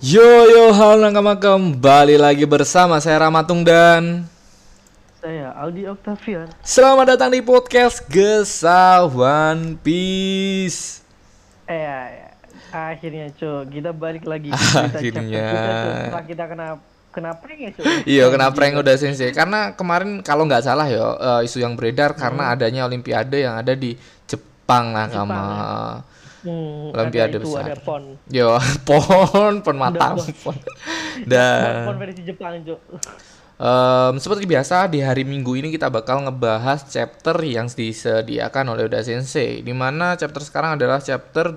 Halo nakama, kembali lagi bersama saya Ramatung dan Saya Aldi Octavian. selamat datang di podcast Gesah One Piece. Ya, akhirnya Cuk, kita balik lagi ke cerita chapter Akhirnya, kita Cuk. Setelah kita kena prank ya Cuk. iya kena prank Anjir. udah sensei. Karena kemarin kalau nggak salah ya isu yang beredar karena Hmm, adanya Olimpiade yang ada di Jepang nakama. Jepang ya. Ada Olimpiade itu besar. ada PON. Yo, pon Udah matang PON. pon. Ya, PON Dan versi Jepang Cuk. seperti biasa di hari Minggu ini kita bakal ngebahas chapter yang disediakan oleh Oda Sensei. Di mana chapter sekarang adalah chapter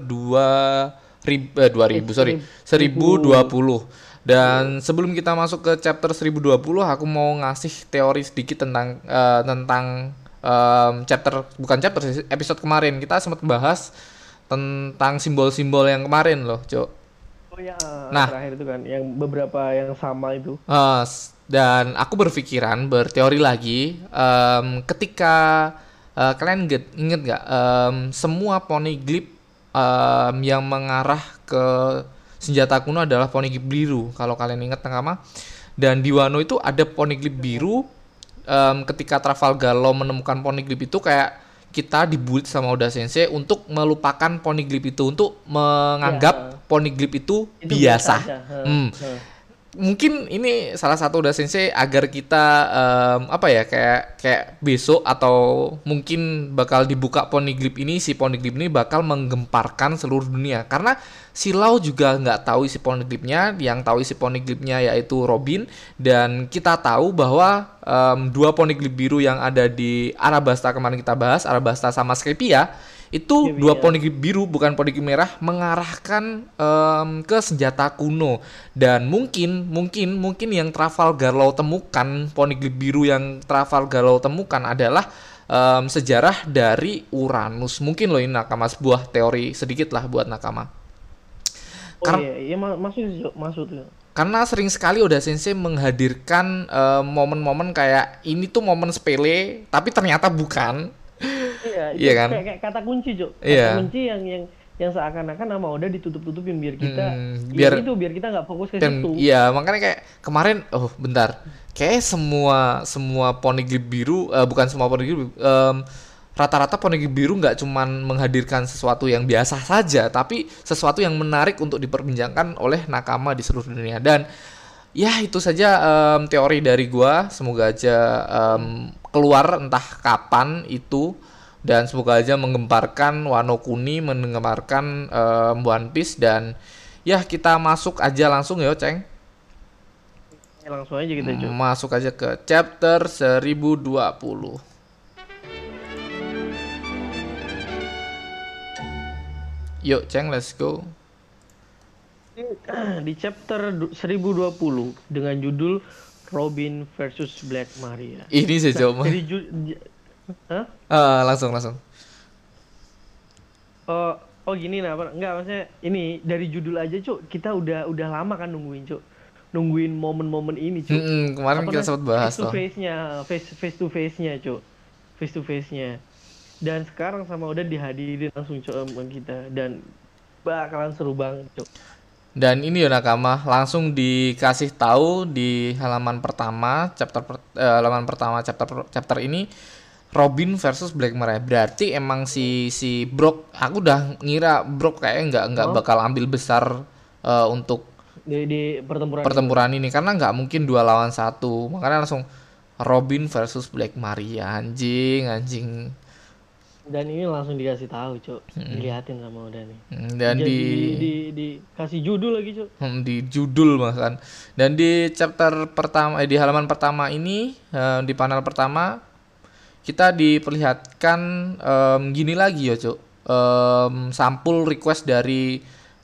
2000 sorry, Seribu. 1020. Dan sebelum kita masuk ke chapter 1020, aku mau ngasih teori sedikit tentang chapter, bukan chapter sih, episode kemarin kita sempat bahas tentang simbol-simbol yang kemarin loh, Cok. Oh ya, Nah, terakhir itu kan yang beberapa yang sama itu. Dan aku berpikiran berteori lagi, ketika kalian inget nggak, semua poneglyph yang mengarah ke senjata kuno adalah poneglyph biru kalau kalian ingat nakama. Dan di Wano itu ada poneglyph biru. Ketika Trafalgar Law menemukan poneglyph itu kayak kita dibuat sama Oda Sensei untuk melupakan poneglyph itu, untuk Ya, menganggap poneglyph itu itu biasa biasa. aja. Hmm. Mungkin ini salah satu Oda Sensei agar kita apa ya, kayak besok atau mungkin bakal dibuka poneglyph ini, si poneglyph ini bakal menggemparkan seluruh dunia karena si Lau juga nggak tahu isi poneglyphnya. Yang tahu isi poneglyphnya yaitu Robin, dan kita tahu bahwa dua poneglyph biru yang ada di Arabasta kemarin kita bahas, Arabasta sama Skypia, itu dua Ya. poneglyph biru bukan poneglyph merah, mengarahkan ke senjata kuno. Dan mungkin yang Trafalgar Law temukan, poneglyph biru yang Trafalgar Law temukan adalah sejarah dari Uranus. Mungkin loh ini nakama, sebuah teori sedikit lah buat nakama. Oh Kar- iya, iya masuk sih, Cuk. Masuk tuh. karena sering sekali Oda Sensei menghadirkan momen-momen kayak ini tuh momen sepele tapi ternyata bukan. Iya, itu Iya kan? kayak kata kunci, Cuk. Kata Iya. kunci yang seakan-akan sama udah ditutup-tutupin biar kita Biar biar kita nggak fokus ke dan situ. iya makanya kayak kemarin, oh bentar, kayak semua poneglyph biru, bukan semua poneglyph, rata-rata poneglyph biru nggak cuman menghadirkan sesuatu yang biasa saja, tapi sesuatu yang menarik untuk diperbincangkan oleh nakama di seluruh dunia. Dan ya itu saja teori dari gua, semoga aja keluar entah kapan itu, dan semoga aja menggemparkan Wano Kuni, menggemparkan One Piece. Dan ya kita masuk aja langsung ya, Ceng. Ya, langsung aja kita, Cuk. Masuk aja ke chapter 1020. Yuk, Ceng, let's go. Di chapter 1020 dengan judul Robin versus Black Maria. Ini sih Nah, coba. dari Hah? Langsung. Oh gini nah, enggak maksudnya ini dari judul aja, Cuk. Kita udah lama kan nungguin, Cuk. Nungguin momen-momen ini, Cuk. Kemarin Apa kita namanya? sempat bahas Face to toh. face-nya, face to face-nya, Cuk. Face to face-nya. Dan sekarang sama udah dihadirin langsung, Cuk, sama kita dan bakalan seru banget, Cuk. Dan ini ya nakama, langsung dikasih tahu di halaman pertama halaman pertama chapter ini, Robin versus Black Maria. Berarti emang si Brock, aku udah ngira Brock kayaknya nggak Oh, bakal ambil besar untuk di pertempuran itu. pertempuran ini karena nggak mungkin 2 lawan 1. Makanya langsung Robin versus Black Maria, anjing. Dan ini langsung dikasih tahu, Cuk. Diliatin sama udah nih. Dan Jadi dikasih judul lagi, Cuk. di judul bahkan. Dan di chapter pertama, di halaman pertama ini, di panel pertama kita diperlihatkan gini lagi ya, Cuk. Sampul request dari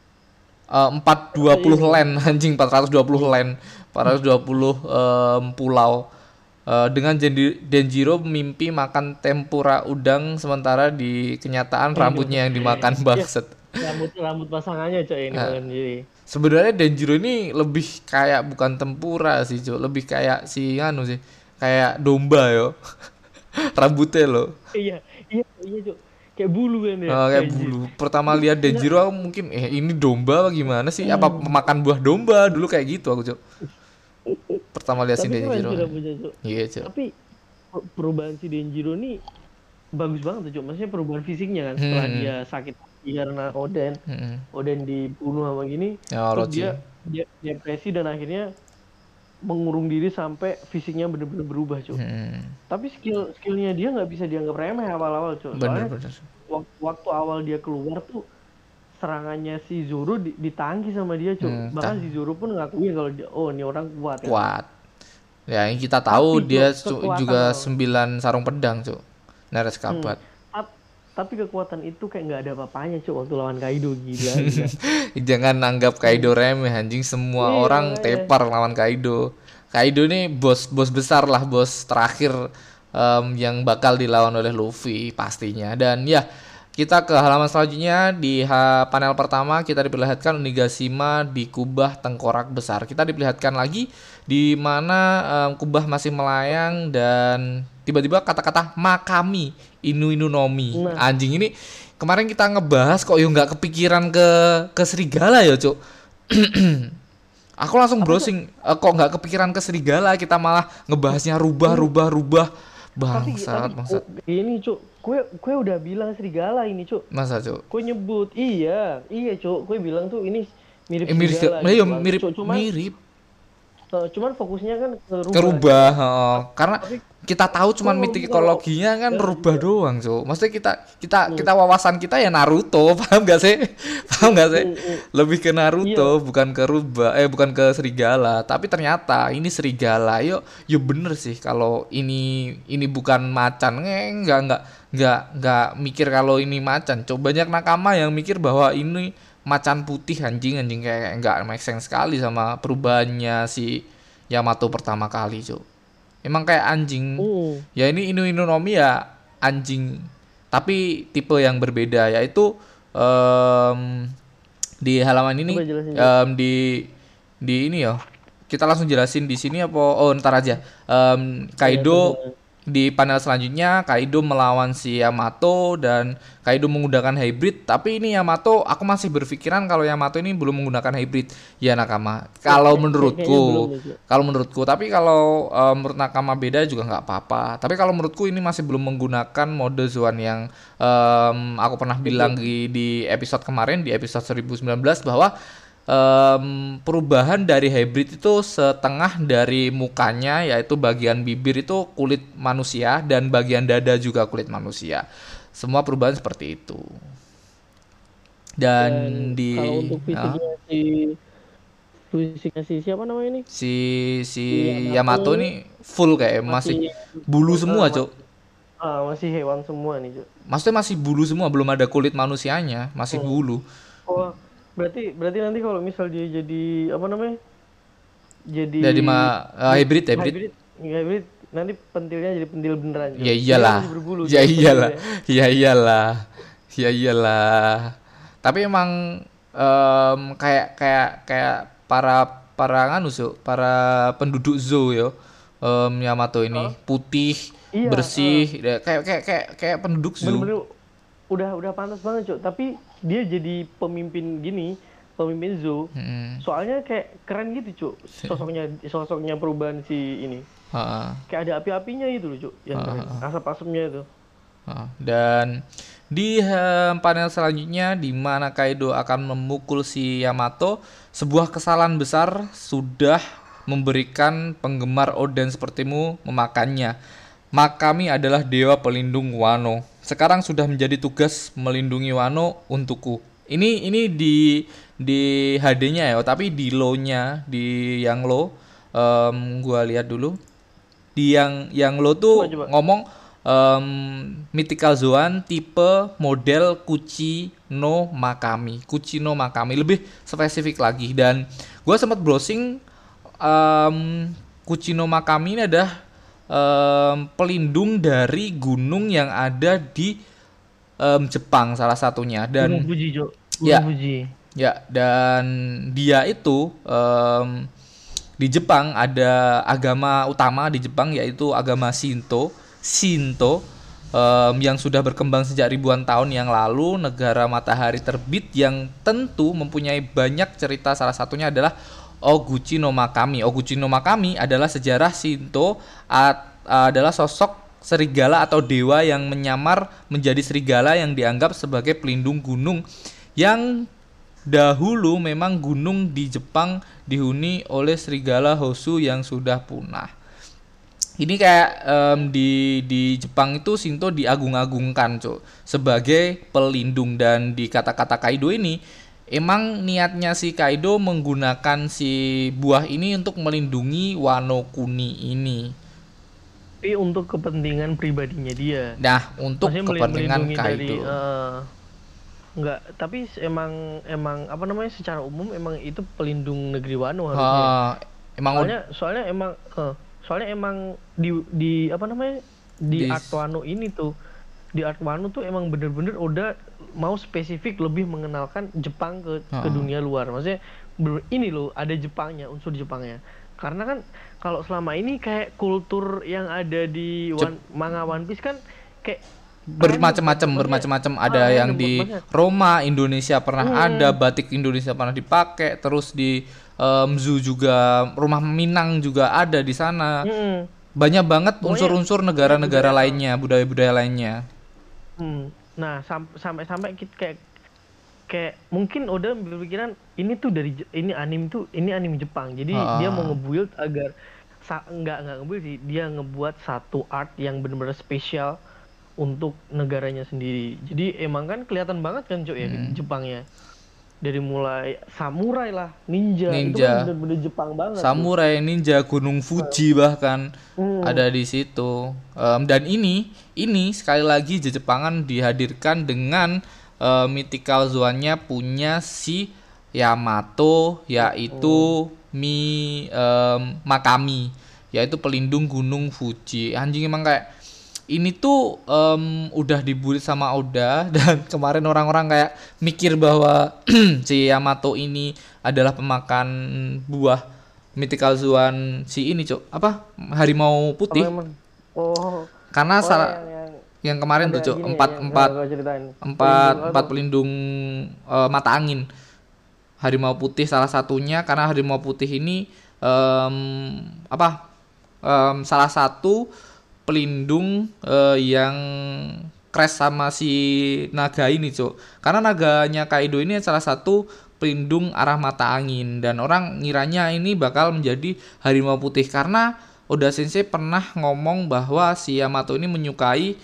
420 land, anjing, 420 land, 420 pulau. Dengan Denjiro mimpi makan tempura udang, sementara di kenyataan rambutnya yang dimakan Ya, bangset. rambut pasangannya, Cuk, ini makan jadi. Sebenarnya Denjiro ini lebih kayak bukan tempura sih, Cuk. Lebih kayak si anu sih. Kayak domba yo. Rambutnya loh. Iya, iya, iya, Cuk. kayak bulu kan ya. Kayak Anjir. bulu. Pertama lihat Denjiro aku mungkin ini domba apa gimana sih? Apa pemakan buah domba dulu kayak gitu aku, Cuk. Pertama lihat si Tapi keren Denjiro. sih rambutnya, Cuk. Iya, Cuk. Tapi perubahan si Denjiro nih bagus banget tuh, Cuk. Maksudnya perubahan fisiknya kan setelah dia sakit hati karena Oden dibunuh sama gini, Ya, terus Orochi. dia depresi dan akhirnya mengurung diri sampai fisiknya bener-bener berubah, Cuk. Tapi skillnya dia nggak bisa dianggap remeh awal-awal, Cuk. Soalnya Bener-bener. waktu awal dia keluar tuh serangannya si Zoro ditangki sama dia, Cuk. Bahkan si Zoro pun ngakuin kalau dia, oh ini orang kuat. Kan? Kuat. Ya, yang kita tahu Tapi, dia Cuk, juga kekuatan 9 sarung pedang, Cuk. Neres kabat. tapi kekuatan itu kayak nggak ada apa-apanya, Cuk, waktu lawan Kaido. Gila. Jangan anggap Kaido remeh anjing, semua Iya, orang makanya. tepar lawan Kaido. Kaido nih bos besar lah, bos terakhir yang bakal dilawan oleh Luffy pastinya. Dan ya, kita ke halaman selanjutnya. Di panel pertama kita diperlihatkan Onigashima dikubah tengkorak besar. Kita diperlihatkan lagi di mana kubah masih melayang dan tiba-tiba kata-kata Makami Inu Inu Nomi. Anjing ini kemarin kita ngebahas kok yo nggak kepikiran ke serigala ya, Cuk. Aku langsung browsing kok nggak kepikiran ke serigala, kita malah ngebahasnya rubah. Bangsat. Ini, Cuk, kue udah bilang serigala ini, Cuk. Masa, Cuk? Kue nyebut, iya, Cuk. Kue bilang tuh ini mirip Mirip, serigala. gitu, Cuk. mirip. Cuman fokusnya kan Ke rubah, karena Tapi- kita tahu cuman mitikologinya kan rubah doang, Cuk. Maksudnya kita wawasan kita ya Naruto, paham gak sih? Lebih ke Naruto, bukan ke rubah, bukan ke serigala. Tapi ternyata ini serigala. Yuk bener sih kalau ini bukan macan. Enggak mikir kalau ini macan. Cuk, banyak nakama yang mikir bahwa ini macan putih, anjing kayak enggak make sense sekali sama perubahannya si Yamato pertama kali, Cuk. Emang kayak anjing. Ya ini Inu Inu Nomi ya anjing, tapi tipe yang berbeda, yaitu di halaman ini di ini ya. Kita langsung jelasin di sini apa? Oh, ntar aja. Kaido di panel selanjutnya Kaido melawan si Yamato dan Kaido menggunakan hybrid, tapi ini Yamato aku masih berpikiran kalau Yamato ini belum menggunakan hybrid ya nakama. Kalau menurutku, tapi kalau menurut nakama beda juga nggak apa-apa. Tapi kalau menurutku ini masih belum menggunakan mode Zoan yang aku pernah bilang di episode kemarin, di episode 1019 bahwa perubahan dari hybrid itu setengah dari mukanya, yaitu bagian bibir itu kulit manusia dan bagian dada juga kulit manusia. Semua perubahan seperti itu. Dan di kalau untuk fisiknya si siapa namanya ini? Si Yamato ini full kayak masih bulu semua, Cuk. Masih hewan semua nih, Cuk. Maksudnya masih bulu semua, belum ada kulit manusianya, masih bulu. Oh, berarti nanti kalau misal dia jadi apa namanya? Jadi hybrid nanti pentilnya jadi pentil beneran. Ya iyalah. Ya iyalah. Tapi emang kayak para penduduk zoo yo. Yamato ini putih, bersih, kayak penduduk zoo. Bener-bener udah pantas banget, Cuk. Tapi dia jadi pemimpin zoo. Soalnya kayak keren gitu, Cuk. Sosoknya perubahan si ini. Kayak ada api-apinya gitu loh, Cuk. Yang asap-asapnya itu. Dan di panel selanjutnya di mana Kaido akan memukul si Yamato, sebuah kesalahan besar sudah memberikan penggemar Oden sepertimu memakannya. Makami adalah dewa pelindung Wano. Sekarang sudah menjadi tugas melindungi Wano untukku. Ini di HD-nya ya, tapi di low-nya, di yang low, gua lihat dulu. Di yang low tuh coba. Ngomong Mythical Zoan tipe model Kuchi no Makami. Lebih spesifik lagi, dan gua sempat browsing Kuchi no Makami ini adalah pelindung dari gunung yang ada di Jepang salah satunya, dan Gunung Fuji, Jo. Ya, dan dia itu di Jepang ada agama utama di Jepang yaitu agama Shinto. yang sudah berkembang sejak ribuan tahun yang lalu, negara matahari terbit yang tentu mempunyai banyak cerita. Salah satunya adalah Oguchi no Makami. Oguchi no Makami adalah sejarah Shinto, adalah sosok serigala atau dewa yang menyamar menjadi serigala yang dianggap sebagai pelindung gunung, yang dahulu memang gunung di Jepang dihuni oleh serigala Hosu yang sudah punah. Ini kayak di Jepang itu Shinto diagung-agungkan, Cuk, sebagai pelindung. Dan di kata-kata Kaido ini emang niatnya si Kaido menggunakan si buah ini untuk melindungi Wano Kuni ini. Tapi untuk kepentingan pribadinya dia. Nah, untuk maksudnya kepentingan Kaido. Enggak, tapi emang apa namanya, secara umum emang itu pelindung negeri Wano harusnya. Soalnya emang di apa namanya, di Art Wano ini tuh, di Art Wano tuh emang bener-bener Oda mau spesifik lebih mengenalkan Jepang ke dunia luar. Maksudnya ini loh, ada Jepangnya, unsur Jepangnya. Karena kan kalau selama ini kayak kultur yang ada di manga One Piece kan kayak bermacam-macam. Ada yang di Roma, Indonesia pernah ada, batik Indonesia pernah dipakai, terus di Mzu juga, rumah Minang juga ada di sana. Banyak banget unsur-unsur negara-negara lainnya, budaya-budaya lainnya. Nah, sampai kita kayak mungkin Oda berpikiran ini tuh ini anime Jepang. Jadi dia mau nge-build agar enggak nge-build sih, dia ngebuat satu art yang benar-benar spesial untuk negaranya sendiri. Jadi emang kan kelihatan banget kan, Cuk, ya, Jepangnya. Dari mulai samurai lah, ninja. Itu kan bener-bener Jepang banget. Samurai, ninja, Gunung Fuji bahkan ada di situ. Dan ini sekali lagi Jepangan dihadirkan dengan mythical zone-nya punya si Yamato, yaitu Makami, yaitu pelindung Gunung Fuji. Anjing, emang kayak ini tuh udah dibully sama Oda, dan kemarin orang-orang kayak mikir bahwa si Yamato ini adalah pemakan buah mythical Zuan si ini, Cuk. Apa? Harimau putih. Karena yang kemarin tuh, Cuk, empat pelindung mata angin. Harimau putih salah satunya, karena harimau putih ini salah satu pelindung yang crash sama si naga ini, Cuk. Karena naganya Kaido ini salah satu pelindung arah mata angin, dan orang ngiranya ini bakal menjadi harimau putih karena Oda Sensei pernah ngomong bahwa si Yamato ini menyukai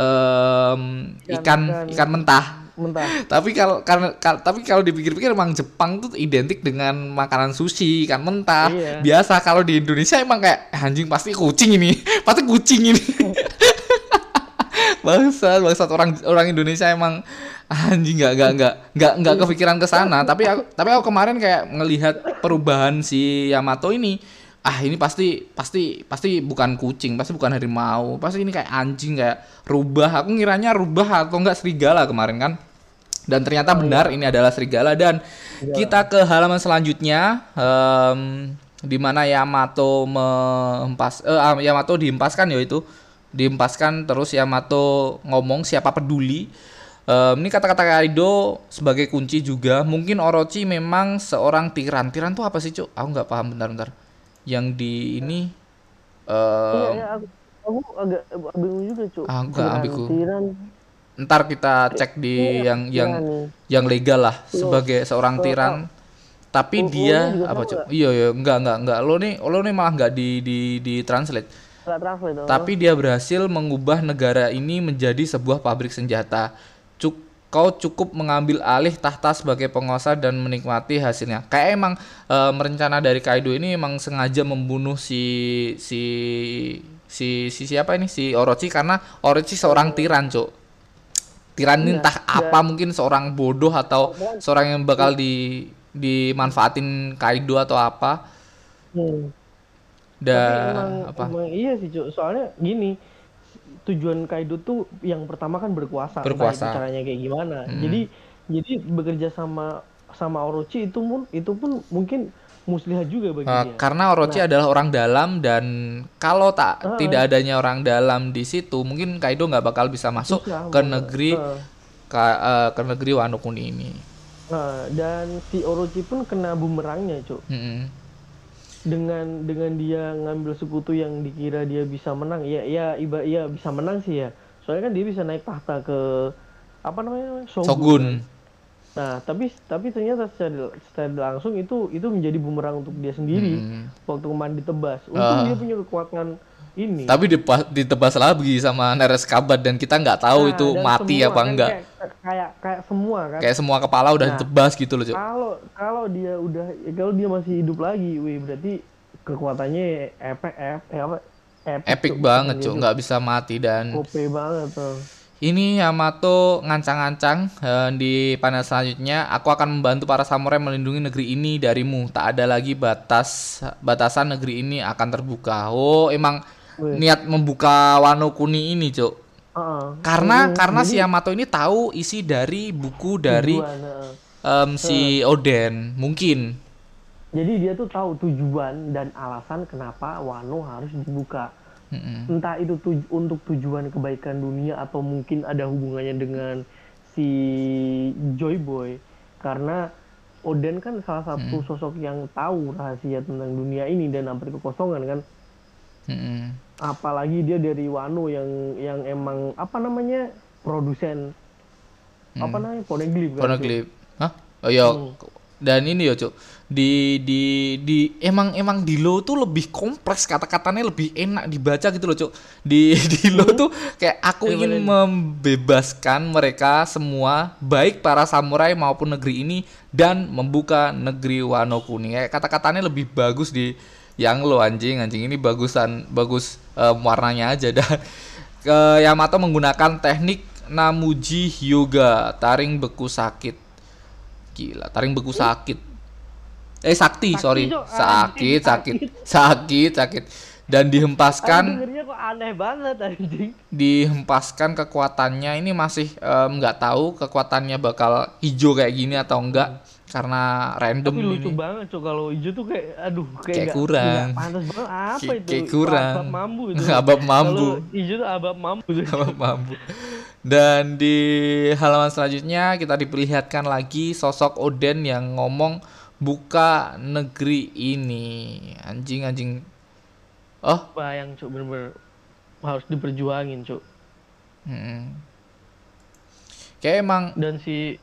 ikan mentah. Tapi kalau dipikir-pikir emang Jepang tuh identik dengan makanan sushi, ikan mentah. Iya. Biasa kalau di Indonesia emang kayak anjing pasti kucing ini. Bangsat orang Indonesia emang anjing enggak kepikiran ke sana. Tapi aku kemarin kayak ngelihat perubahan si Yamato ini. Ini pasti bukan kucing, pasti bukan harimau, pasti ini kayak anjing, kayak rubah. Aku ngiranya rubah atau enggak serigala kemarin kan. Dan ternyata benar, ini adalah serigala. Dan kita ke halaman selanjutnya, di mana Yamato dihempaskan, yaitu dihempaskan. Terus Yamato ngomong siapa peduli. Ini kata-kata Kaido sebagai kunci juga. Mungkin Orochi memang seorang tiran. Tiran tuh apa sih, Cuk? Aku nggak paham, bentar. Yang di ini aku agak bingung juga, Cuk. Tiran. Ntar kita cek di yang legal lah, sebagai seorang tiran. Tapi dia apa, Cuk? Iya, enggak. Lo nih malah enggak di translate. Tapi dia berhasil mengubah negara ini menjadi sebuah pabrik senjata. Kau cukup mengambil alih tahta sebagai penguasa dan menikmati hasilnya. Kayak emang merencana dari Kaido ini emang sengaja membunuh si siapa ini, si Orochi, karena Orochi seorang tiran, Cuk. Tiran ini entah apa, mungkin seorang bodoh atau seorang yang bakal dimanfaatin Kaido atau apa. Dan emang iya sih, Cuk. Soalnya gini, tujuan Kaido tuh yang pertama kan berkuasa. Caranya kayak gimana. Jadi bekerja sama Orochi itu pun mungkin muslihat juga bagi dia. Karena Orochi adalah orang dalam, dan kalau tidak adanya orang dalam di situ, mungkin Kaido nggak bakal bisa masuk ke negeri ke negeri Wano Kuni ini. Dan si Orochi pun kena bumerangnya, Cuk. Dengan dia ngambil sekutu yang dikira dia bisa menang, ya bisa menang sih ya. Soalnya kan dia bisa naik tahta ke apa namanya Shogun. Nah, tapi ternyata secara langsung itu menjadi bumerang untuk dia sendiri waktu kemarin ditebas. Untung dia punya kekuatan ini. Tapi ditebas lagi sama Neres Kabat, dan kita nggak tahu itu mati apa kan enggak. Kayak semua kan. Kayak semua kepala udah ditebas gitu loh, Cuk. Kalau dia masih hidup lagi, berarti kekuatannya epic banget, Cuk. Nggak bisa mati dan OP banget tuh. Ini Yamato ngancang-ngancang di panel selanjutnya, aku akan membantu para samurai melindungi negeri ini darimu. Tak ada lagi batasan negeri ini akan terbuka. Oh, emang niat membuka Wano Kuni ini, Cuk. Karena si Yamato ini tahu isi dari buku dari si Oden, mungkin. Jadi dia tuh tahu tujuan dan alasan kenapa Wano harus dibuka. Entah itu untuk tujuan kebaikan dunia atau mungkin ada hubungannya dengan si Joy Boy, karena Oden kan salah satu sosok yang tahu rahasia tentang dunia ini dan hampir kekosongan kan. Apalagi dia dari Wano yang emang apa namanya produsen apa namanya poneglyph kan. Poneglyph. Hah? Oh iya. Dan ini ya, Cuk. Emang di Law tuh lebih kompleks, kata-katanya lebih enak dibaca gitu loh, Cuk. Di Law tuh kayak aku ingin membebaskan mereka semua, baik para samurai maupun negeri ini, dan membuka negeri Wano Kuni. Kayak kata-katanya lebih bagus di yang Law, anjing ini bagus warnanya aja dah. Yamato menggunakan teknik Namuji Hyuga, taring beku sakit. Gila, taring beku sakit. Sakti. Sakit. Dan dihempaskan. Dengernya kok aneh banget anjing. Dihempaskan kekuatannya ini masih nggak tahu kekuatannya bakal hijau kayak gini atau enggak, karena random. Tapi lucu banget, Cok, kalau hijau tuh kayak kurang. Pantas banget, apa itu? Kayak kurang. Abab mambu itu. Abab mambu. Kalau hijau tuh abab mambu. Abab mambu. Dan di halaman selanjutnya kita diperlihatkan lagi sosok Oden yang ngomong buka negeri ini. Anjing. Oh, bayang, Cuk, bener-bener harus diperjuangin, Cuk. Kayak emang dan si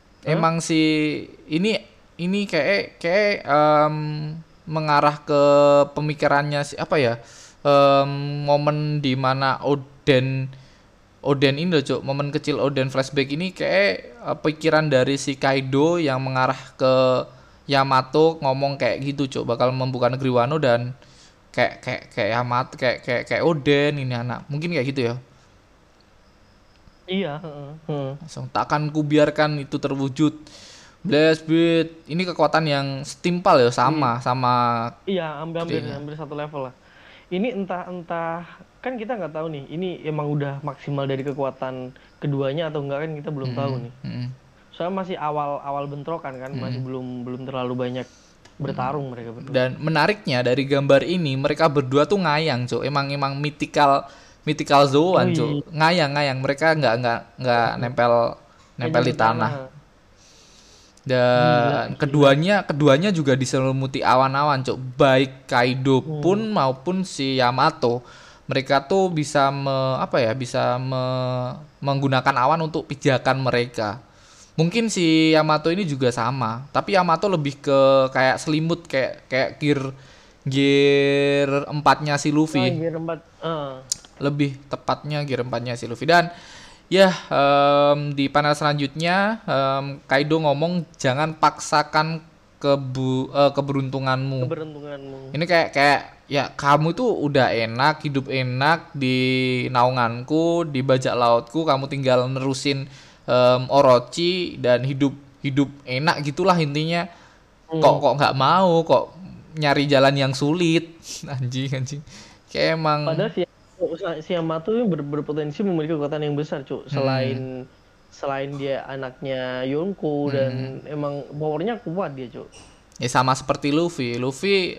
ini kayak mengarah ke pemikirannya si apa ya? Momen di mana Oden ini loh, Cuk. Momen kecil Oden flashback ini kayak pikiran dari si Kaido yang mengarah ke Yamato, ngomong kayak gitu, Cuk. Bakal membuka negeri Wano dan kayak Yamato kayak Oden ini anak. Mungkin kayak gitu ya. Iya, Langsung takkan kubiarkan itu terwujud. Blast Beat. Ini kekuatan yang setimpal ya sama. Iya, hampir satu level lah. Ini entah kan kita nggak tahu nih, ini emang udah maksimal dari kekuatan keduanya atau enggak, kan kita belum tahu nih. Soalnya masih awal bentrokan kan, masih belum terlalu banyak bertarung mereka berdua. Dan menariknya dari gambar ini, mereka berdua tuh ngayang, Cuk. Emang mythical zoan, Cuk. Ngayang, mereka nggak nempel di tanah. Dan keduanya juga diselimuti awan-awan, Cuk. Baik Kaido pun maupun si Yamato, mereka tuh bisa menggunakan awan untuk pijakan mereka. Mungkin si Yamato ini juga sama, tapi Yamato lebih ke kayak selimut, kayak gear 4-nya si Luffy. Gear 4. Lebih tepatnya gear 4-nya si Luffy. Dan ya, di panel selanjutnya Kaido ngomong jangan paksakan keberuntunganmu. Ini kayak ya kamu itu udah hidup enak di naunganku, di bajak lautku, kamu tinggal nerusin Orochi dan hidup enak gitulah intinya. Kok nggak mau, kok nyari jalan yang sulit. anjing kayak emang. Padahal si Yamato berpotensi memiliki kekuatan yang besar, Cuk. Selain dia anaknya Yonko dan emang powernya kuat dia, Cuk. Ya sama seperti Luffy. Luffy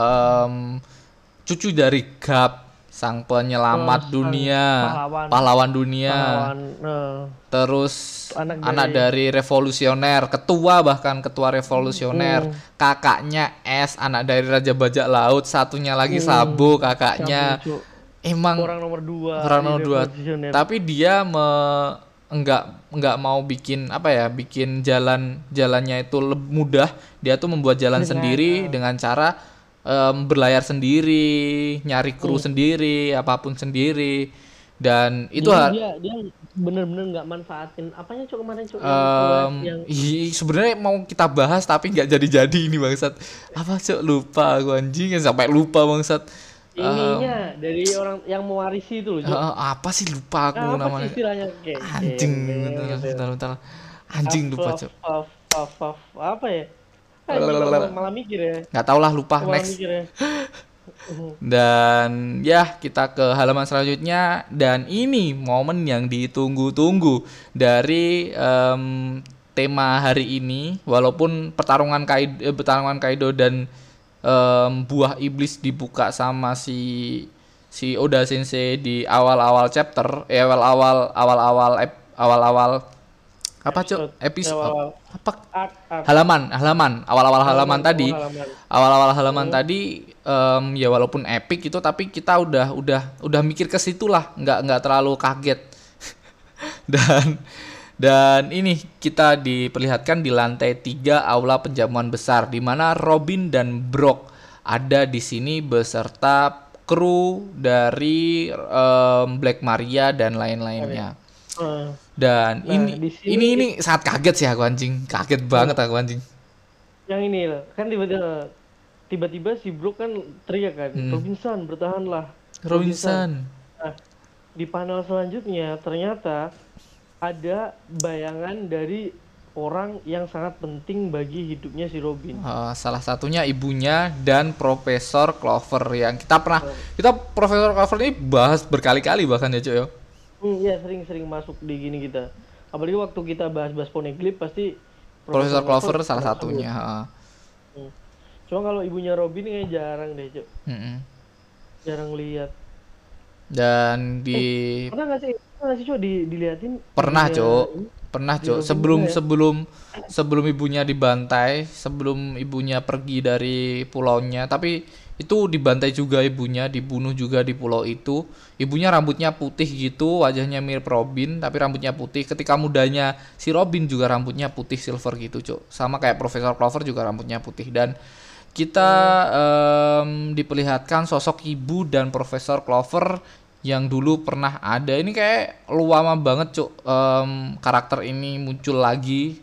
cucu dari Garp, sang penyelamat dunia, pahlawan dunia. Terus anak dari revolusioner, bahkan ketua revolusioner. Kakaknya S, anak dari Raja Bajak Laut. Satunya lagi Sabo, kakaknya. Emang orang nomor 2. Tapi dia enggak mau bikin bikin jalannya itu mudah. Dia tuh membuat jalan sendiri dengan cara berlayar sendiri, nyari kru sendiri, apapun sendiri. Dan itu dia bener-bener nggak manfaatin apanya Cuk kemarin Cuk yang sebenarnya mau kita bahas tapi nggak jadi ini bangsat. Apa Cuk, lupa aku anjing, sampai lupa bangsat. Ininya dari orang yang mewarisi itu loh. Apa sih, lupa aku namanya. Apa istilahnya? Anjing, bentar. Anjing lupa, Cok. Apa ya? Malah mikir ya. Nggak tau lah, lupa. Next. Dan ya, kita ke halaman selanjutnya. Dan ini momen yang ditunggu-tunggu dari tema hari ini. Walaupun pertarungan Kaido dan buah iblis dibuka sama si Oda Sensei di awal-awal chapter, awal-awal apa Cok? Episode apa? Halaman awal-awal halaman tadi. Awal-awal halaman tadi ya walaupun epic itu, tapi kita udah mikir ke situ lah, nggak terlalu kaget. Dan ini kita diperlihatkan di lantai 3 aula penjamuan besar, di mana Robin dan Brook ada di sini beserta kru dari Black Maria dan lain-lainnya. Dan ini sangat kaget sih aku anjing, kaget banget aku anjing. Yang ini loh, kan tiba-tiba si Brook kan teriak kan, Robinson bertahanlah. Robinson. Nah, di panel selanjutnya ternyata ada bayangan dari orang yang sangat penting bagi hidupnya si Robin. Salah satunya ibunya dan Profesor Clover yang kita Profesor Clover ini bahas berkali-kali bahkan ya Cok ya. Iya, sering masuk di gini kita. Apalagi waktu kita bahas Poneglyph pasti Profesor Clover salah satunya. Cuma kalau ibunya Robin kayak jarang deh Cok. Jarang lihat. Dan pernah nggak sih Cok diliatin? Pernah Cok. Sebelum ibunya dibantai, sebelum ibunya pergi dari pulaunya, tapi itu dibantai juga ibunya, dibunuh juga di pulau itu. Ibunya rambutnya putih gitu, wajahnya mirip Robin tapi rambutnya putih. Ketika mudanya si Robin juga rambutnya putih silver gitu Cok, sama kayak Profesor Clover juga rambutnya putih. Dan kita diperlihatkan sosok ibu dan Profesor Clover yang dulu pernah ada. Ini kayak lama banget Cuk, karakter ini muncul lagi.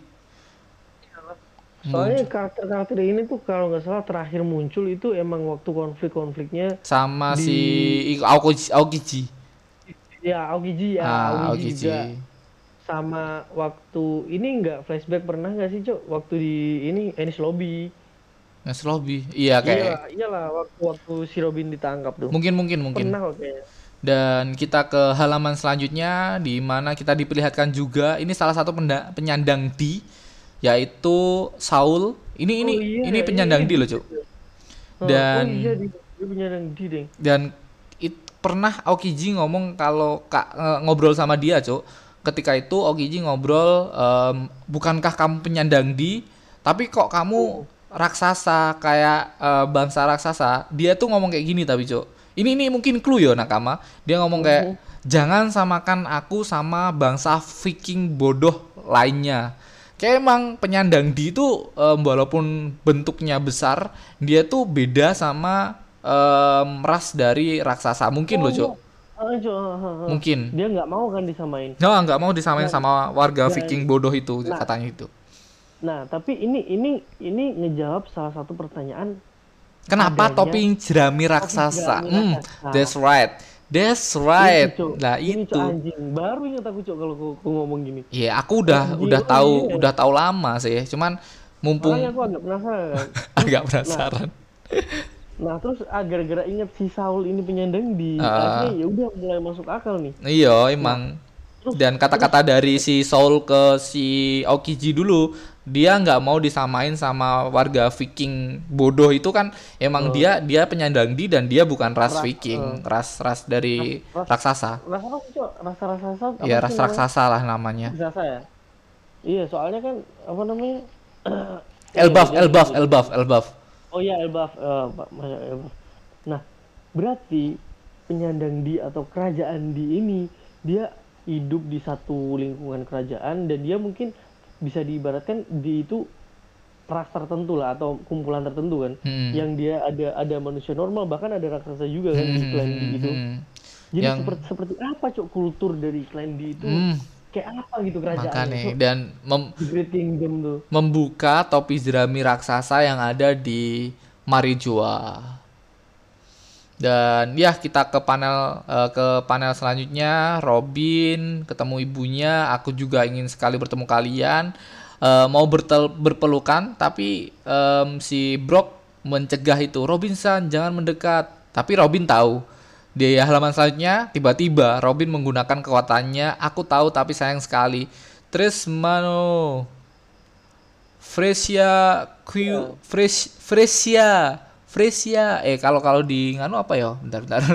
Soalnya karakter ini tuh kalau nggak salah terakhir muncul itu emang waktu konfliknya sama si Aokiji. Ya Aokiji juga. Sama waktu ini nggak flashback pernah nggak sih Cuk? Waktu di ini Enies Lobby. Iya kayak. Iyalah waktu si Robin ditangkap tuh. Mungkin. Pernah kayaknya. Dan kita ke halaman selanjutnya di mana kita diperlihatkan juga ini salah satu penyandang D, yaitu Saul. Ini penyandang D loh, Cuk. Dan dia penyandang D deh. Dan pernah Aokiji ngomong kalau ngobrol sama dia, Cuk. Ketika itu Aokiji ngobrol, bukankah kamu penyandang D? Tapi kok kamu raksasa kayak bangsa raksasa? Dia tuh ngomong kayak gini tapi, Cuk. Ini mungkin clue ya Nakama. Dia ngomong kayak jangan samakan aku sama bangsa Viking bodoh lainnya. Kayak emang penyandang D itu walaupun bentuknya besar, dia tuh beda sama ras dari raksasa. Mungkin loh, Cok. Mungkin. Dia nggak mau kan disamain. Nggak mau disamain sama warga Viking bodoh itu, katanya itu. Nah, tapi ini ngejawab salah satu pertanyaan. Kenapa topi jerami raksasa? That's right. Nah itu. Anjing. Baru ingat aku Cok kalau aku ngomong gini. Iya, aku udah tahu lama sih. Cuman mumpung aku agak penasaran. Nah, terus gara-gara inget si Saul ini penyandang di akhirnya ya udah mulai masuk akal nih. Iya, emang. Dan kata-kata dari si Saul ke si Aokiji dulu, Dia nggak mau disamain sama warga Viking bodoh itu kan. Emang dia penyandang di dan dia bukan ras Viking, ras dari raksasa. Raksasa. Ya ras raksasa lah namanya. Raksasa ya. Iya, soalnya kan apa namanya? Elbaf. Oh iya, Elbaf. Nah, berarti penyandang di atau kerajaan di ini dia hidup di satu lingkungan kerajaan dan dia mungkin bisa diibaratkan di itu ras tertentu lah atau kumpulan tertentu kan, yang dia ada manusia normal, bahkan ada raksasa juga kan di klan di itu. Jadi seperti apa cok kultur dari klan di itu, kayak apa gitu kerajaannya. Makanya, dan Great Kingdom tuh membuka topi jerami raksasa yang ada di Marijoa. Dan ya kita ke panel selanjutnya. Robin ketemu ibunya. Aku juga ingin sekali bertemu kalian. Mau berpelukan, tapi si Brock mencegah itu. Robinson, jangan mendekat. Tapi Robin tahu. Di halaman selanjutnya tiba-tiba Robin menggunakan kekuatannya. Aku tahu tapi sayang sekali. Tres mano Fresia. Kalau di nganu apa ya? Bentar.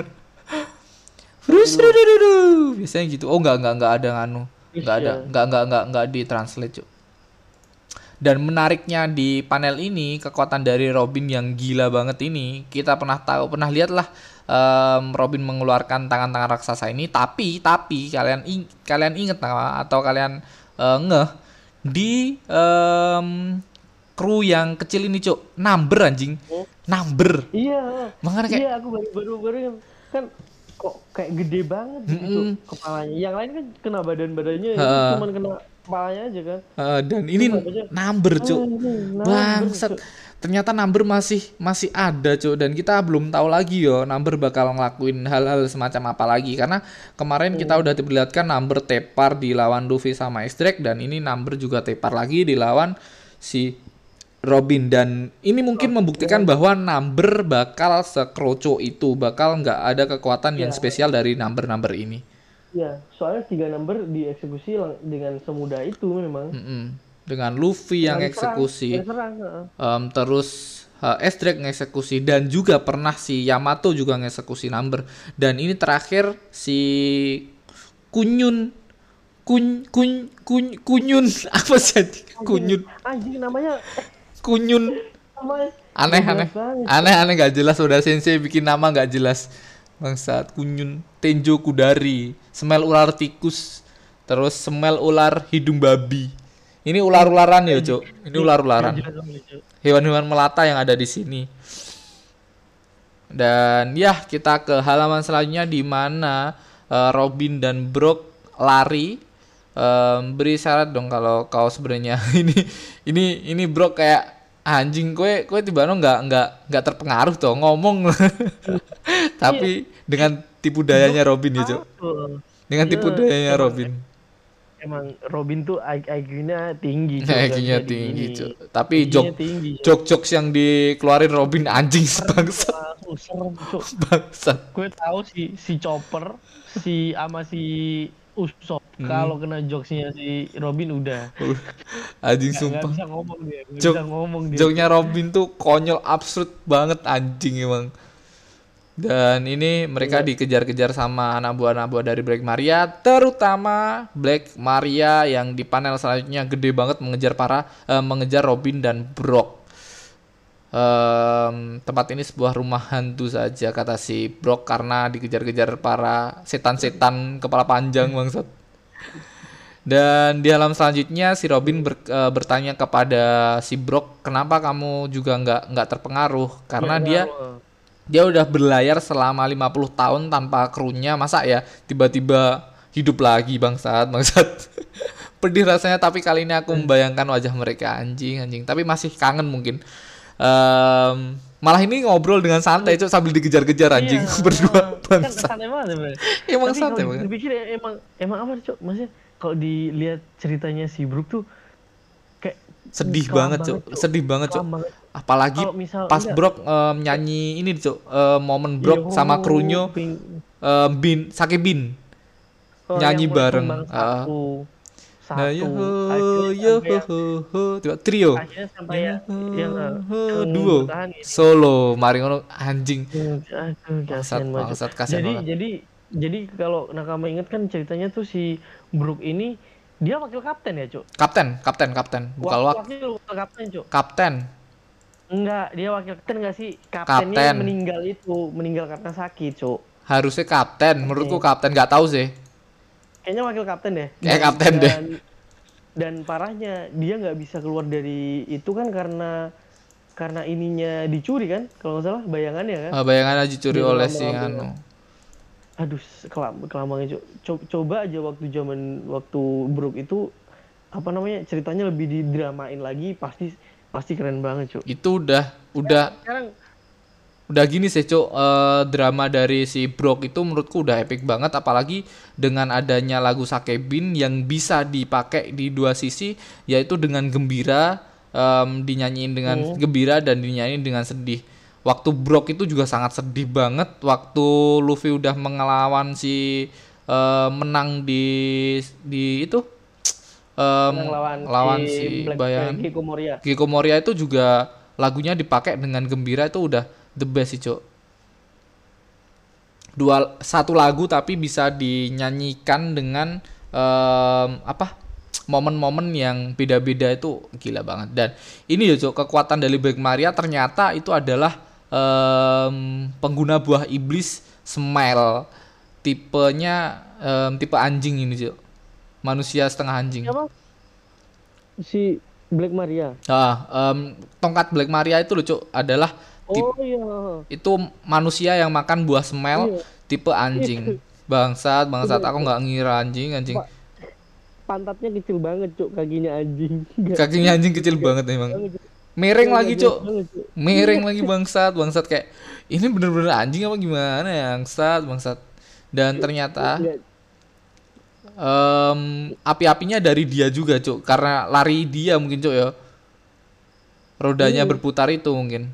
Biasanya gitu. Oh, enggak ada nganu. Enggak ditranslate, Cuk. Dan menariknya di panel ini, kekuatan dari Robin yang gila banget ini, kita pernah lihat lah Robin mengeluarkan tangan-tangan raksasa ini, tapi kalian inget atau kalian ngeh di kru yang kecil ini, Cuk, number anjing. Number. Iya. Makanya kayak aku baru kan kok kayak gede banget gitu kepalanya. Yang lain kan kena badannya, cuma kena kepalanya aja kan. Dan ini number, Cuk. Bangsat. Ternyata number masih ada, Cuk, dan kita belum tahu lagi yo number bakal ngelakuin hal-hal semacam apa lagi, karena kemarin kita udah diperlihatkan number tepar di lawan Luffy sama X-Drake, dan ini number juga tepar lagi di lawan si Robin, dan ini mungkin membuktikan bahwa number bakal sekroco itu, bakal nggak ada kekuatan yang spesial dari number ini. Ya, soalnya 3 number dieksekusi dengan semudah itu memang. Dengan Luffy yang eksekusi, terus X-Drake ngeksekusi, dan juga pernah si Yamato juga ngeksekusi number, dan ini terakhir si Kunyun apa sih Kunyun? Anjing namanya Kunyun. Aneh gak jelas. Udah sensei bikin nama gak jelas. Bangsat. Kunyun. Tenjo Kudari. Smell ular tikus. Terus smell ular hidung babi. Ini ular-ularan ya, Cuk. Ini ular-ularan. Hewan-hewan melata yang ada di sini. Dan ya, kita ke halaman selanjutnya di mana Robin dan Brock lari. Beri syarat dong kalau kau sebenarnya ini Bro, kayak anjing kue tiba-tiba nggak terpengaruh tuh ngomong. Tapi dengan tipu dayanya Robin ya, Cuk. Dengan tipu dayanya Robin. Emang Robin tuh IQ-nya tinggi, Cuk. IQ-nya tinggi, Cuk. Tapi jokes yang dikeluarin Robin anjing bangsat. Bangsat. Gue tahu si Chopper, sama si Usopp kalau kena jokesnya si Robin udah anjing sumpah. Gak bisa ngomong dia. Jokesnya Robin tuh konyol, absurd banget anjing emang. Dan ini mereka dikejar-kejar sama anak buah dari Black Maria, terutama Black Maria yang di panel selanjutnya gede banget mengejar Robin dan Brock. Tempat ini sebuah rumah hantu saja, kata si Brock, karena dikejar-kejar para setan-setan kepala panjang bangsat. Dan di halaman selanjutnya si Robin bertanya kepada si Brock, kenapa kamu juga nggak terpengaruh? Karena dia udah berlayar selama 50 tahun tanpa krunya, masa ya tiba-tiba hidup lagi bangsat. Pedih rasanya, tapi kali ini aku membayangkan wajah mereka, anjing. Tapi masih kangen mungkin. Malah ini ngobrol dengan santai, Cuk, sambil dikejar-kejar anjing berdua bangsa. Kan santai banget. Emang santai banget. Dipikir emang apa, Cuk? Maksudnya kalau dilihat ceritanya si Brook tuh kayak sedih banget, Cuk. Apalagi pas Brock nyanyi ini, Cuk, momen Brock sama krunya Sake Bin nyanyi bareng. Nah, satu, yo akhirnya sampai yang tiba trio. akhirnya sampai yang Duo. bertahan ini. Solo, mari ngono anjing. Aduh, Bangsat, kasihan banget. bangsat, kasihan banget. Jadi kalau Nakama inget kan ceritanya tuh si Brook ini dia wakil kapten ya, Cuk? Kapten. Bukan wakil kapten, Cuk. Kapten. Enggak, dia wakil kapten enggak sih? Kaptennya meninggal karena sakit, Cuk. Harusnya kapten, menurutku kapten, nggak tahu sih. Kayaknya wakil kapten deh. Kayak kapten deh. Dan parahnya dia nggak bisa keluar dari itu kan karena ininya dicuri kan, kalau nggak salah bayangannya kan. Bayangannya dicuri oleh si anu. Aduh, kelamannya, Cuk. Coba aja waktu Brook itu apa namanya ceritanya lebih didramain lagi, pasti keren banget, Cuk. Itu udah sekarang udah gini sih, Cuk, drama dari si Brook itu menurutku udah epic banget, apalagi dengan adanya lagu Sakebin yang bisa dipakai di dua sisi, yaitu dengan gembira, dinyanyiin dengan gembira dan dinyanyiin dengan sedih. Waktu Brook itu juga sangat sedih banget waktu Luffy udah mengelawan si menang di itu lawan si bayangan Gecko Moria itu juga lagunya dipakai dengan gembira, itu udah the best sih, Cuk. Satu lagu tapi bisa dinyanyikan dengan momen-momen yang beda-beda, itu gila banget. Dan ini ya, Cuk, kekuatan dari Black Maria ternyata itu adalah pengguna buah iblis Smile, tipenya tipe anjing ini, Cuk. Manusia setengah anjing. Siapa? Si Black Maria. Tongkat Black Maria itu loh, Cuk, adalah itu manusia yang makan buah Smile, tipe anjing. Bangsat, aku nggak ngira anjing. Pantatnya kecil banget, Cuk, kakinya anjing. Kakinya anjing kecil banget emang. Miring lagi, Cuk. Miring lagi, bangsat kayak ini bener-bener anjing apa gimana ya, bangsat. Dan ternyata api-apinya dari dia juga, Cuk, karena lari dia mungkin, Cuk, ya. Rodanya berputar itu mungkin.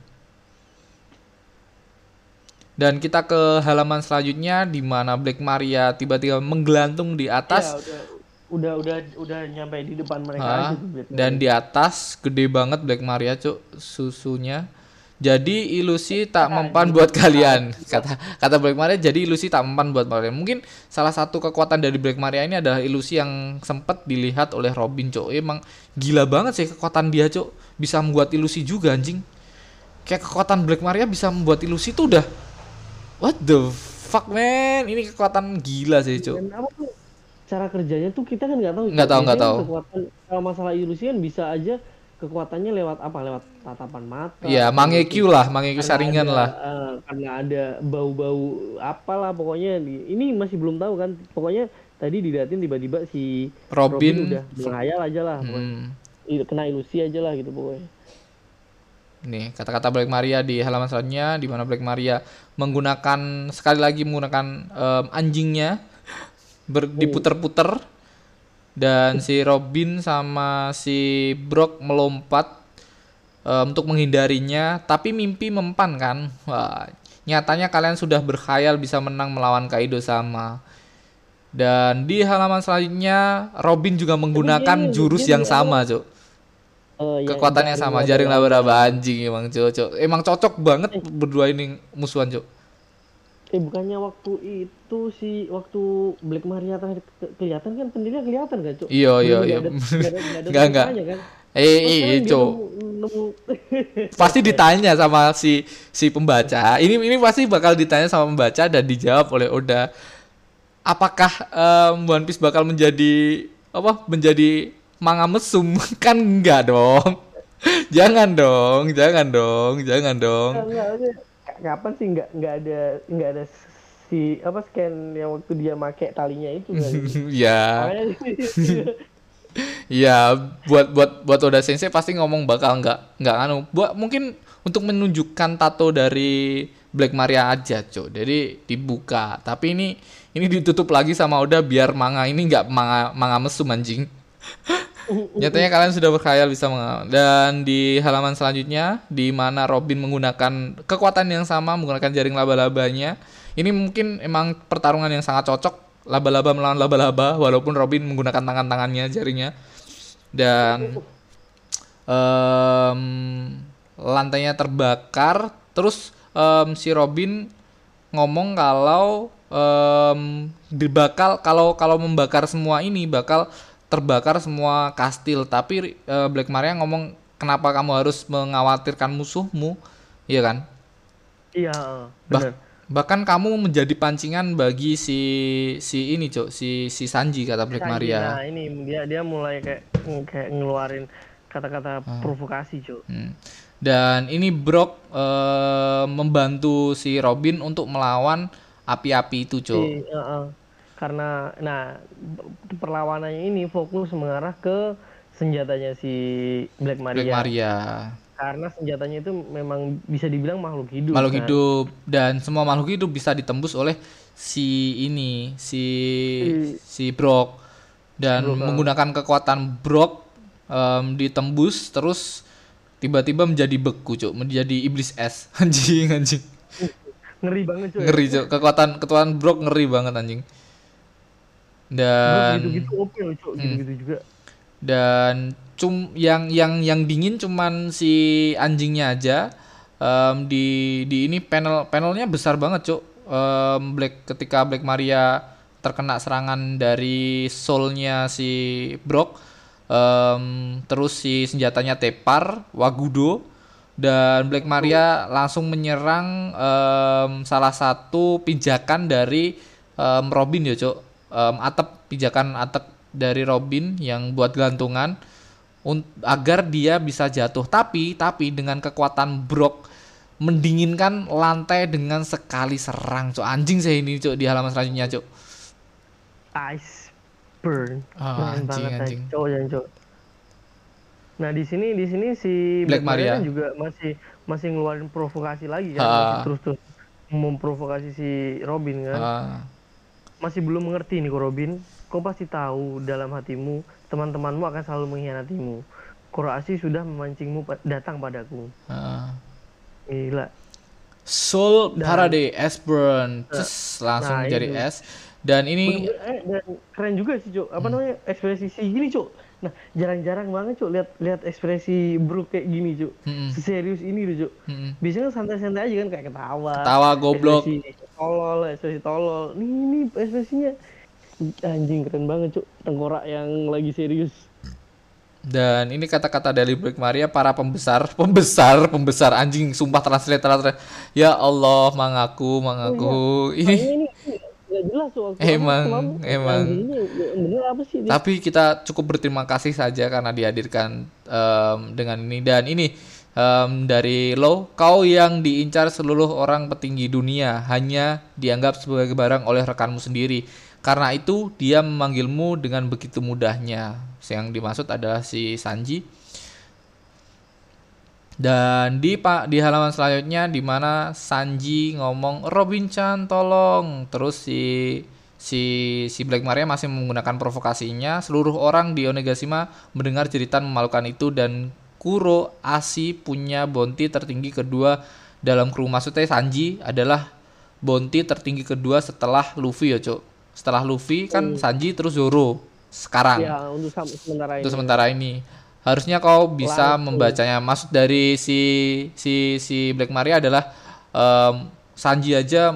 Dan kita ke halaman selanjutnya di mana Black Maria tiba-tiba menggelantung di atas. Ya, udah nyampe di depan mereka aja tuh. Dan di atas gede banget Black Maria, Cuk, susunya. Jadi ilusi tak mempan buat kalian. Kata Black Maria, jadi ilusi tak mempan buat kalian. Mungkin salah satu kekuatan dari Black Maria ini adalah ilusi yang sempat dilihat oleh Robin, Cuk. Emang gila banget sih kekuatan dia, Cuk. Bisa membuat ilusi juga, anjing. Kayak kekuatan Black Maria bisa membuat ilusi tuh udah what the fuck, man. Ini kekuatan gila sih, Cuk. Dan apa tuh cara kerjanya tuh kita kan nggak tahu. Nggak tahu. Kekuatan kalau masalah ilusi kan bisa aja kekuatannya lewat tatapan mata. Iya, Mangekyu saringan lah. Karena ada bau-bau apalah pokoknya. Ini masih belum tahu kan. Pokoknya tadi diliatin tiba-tiba si Robin udah menghayal aja lah. Kena ilusi aja lah gitu pokoknya. Nih, kata-kata Black Maria di halaman selanjutnya di mana Black Maria sekali lagi menggunakan anjingnya diputer-puter, dan si Robin sama si Brook melompat untuk menghindarinya, tapi mimpi mempan kan. Wah, nyatanya kalian sudah berkhayal bisa menang melawan Kaido sama. Dan di halaman selanjutnya Robin juga menggunakan jurus yang sama, Cuk. Kekuatannya sama, jaring laba-laba anjing emang, Cuk. Emang cocok banget berdua ini musuhan, Cuk. Bukannya waktu itu waktu Black Maria kelihatan kan, pendirinya kelihatan kan, Cuk? Iya. Enggak. Kan? Cuk. Pasti ditanya sama si pembaca. Ini pasti bakal ditanya sama pembaca dan dijawab oleh Oda. Apakah One Piece bakal menjadi manga mesum? Kan enggak dong. Jangan dong. Kapan sih nggak ada si scan yang waktu dia make talinya itu kan? Iya. Iya, buat Oda Sensei pasti ngomong bakal nggak buat mungkin untuk menunjukkan tato dari Black Maria aja, Cuk. Jadi dibuka. Tapi ini ditutup lagi sama Oda biar manga ini nggak manga mesum, anjing. Nyatanya kalian sudah berkhayal bisa dan di halaman selanjutnya di mana Robin menggunakan kekuatan yang sama, menggunakan jaring laba-labanya. Ini mungkin emang pertarungan yang sangat cocok laba-laba melawan laba-laba walaupun Robin menggunakan tangan-tangannya, jarinya. Dan lantainya terbakar, terus si Robin ngomong kalau kalau membakar semua ini bakal terbakar semua kastil. Tapi Black Maria ngomong, kenapa kamu harus mengkhawatirkan musuhmu, iya kan? Iya, benar. Bahkan kamu menjadi pancingan bagi si ini, Cok, si Sanji, kata Black Maria. Nah, ini dia mulai kayak ngeluarin kata-kata provokasi, Cok. Dan ini Brock membantu si Robin untuk melawan api-api itu, Cok. Karena perlawanannya ini fokus mengarah ke senjatanya si Black Maria. Karena senjatanya itu memang bisa dibilang makhluk hidup. Makhluk hidup, dan semua makhluk hidup bisa ditembus oleh si Brock. Dan menggunakan kekuatan Brock ditembus, terus tiba-tiba menjadi beku, Cuk, menjadi iblis es. Anjing. Ngeri banget, Cuk. Ngeri, Cuk. Kekuatan Brock ngeri banget, anjing. Dan gitu-gitu OP, Cuk, gitu-gitu juga. Dan yang dingin cuman si anjingnya aja. Di ini panelnya besar banget, Cuk. Ketika Black Maria terkena serangan dari soulnya si Brock, terus si senjatanya tepar Wagudo, dan Black Maria langsung menyerang salah satu pijakan dari Robin, ya, Cuk. Pijakan atap dari Robin yang buat gantungan agar dia bisa jatuh. Tapi dengan kekuatan Brock mendinginkan lantai dengan sekali serang, Cuk. Anjing saya ini, Cuk, di halaman selanjutnya, Cuk. Ice burn. Anjing. Cuk. Nah, di sini si Black Maria kan juga masih ngeluarin provokasi lagi kan, masih terus memprovokasi si Robin kan. Masih belum mengerti nih, Robin. Kau pasti tahu dalam hatimu teman-temanmu akan selalu mengkhianatimu. Kurashi sudah memancingmu datang padaku. Gila. Soul Faraday es burn, langsung jadi es. Dan ini dan keren juga sih, Cuk. Namanya ekspresi si gini, Cuk. Nah, jarang-jarang banget, Cuk, lihat ekspresi Brook kayak gini, Cuk. Serius ini tuh, Cuk. Biasanya santai-santai aja kan, kayak ketawa goblok, ekspresi tolol. Ini ekspresinya anjing keren banget, Cuk. Tengkorak yang lagi serius. Dan ini kata-kata dari Black Maria, para pembesar anjing, sumpah translate. Ya Allah, mangaku. Ini nggak jelas, Cuk. Emang. Bener apa sih ini? Tapi kita cukup berterima kasih saja karena dihadirkan dengan ini. Dan ini dari Law, kau yang diincar seluruh orang petinggi dunia hanya dianggap sebagai barang oleh rekanmu sendiri. Karena itu dia memanggilmu dengan begitu mudahnya. Yang dimaksud adalah si Sanji. Dan di halaman selanjutnya di mana Sanji ngomong, Robin-chan tolong. Terus si Black Maria masih menggunakan provokasinya. Seluruh orang di Onigashima mendengar jeritan memalukan itu, dan Kuroashi punya bounty tertinggi kedua dalam kru. Maksudnya Sanji adalah bounty tertinggi kedua setelah Luffy, ya, Cuk. Setelah Luffy kan Sanji terus Zoro sekarang. Ya, untuk sementara ini. Harusnya kau bisa membacanya. Maksud dari si Black Maria adalah Sanji aja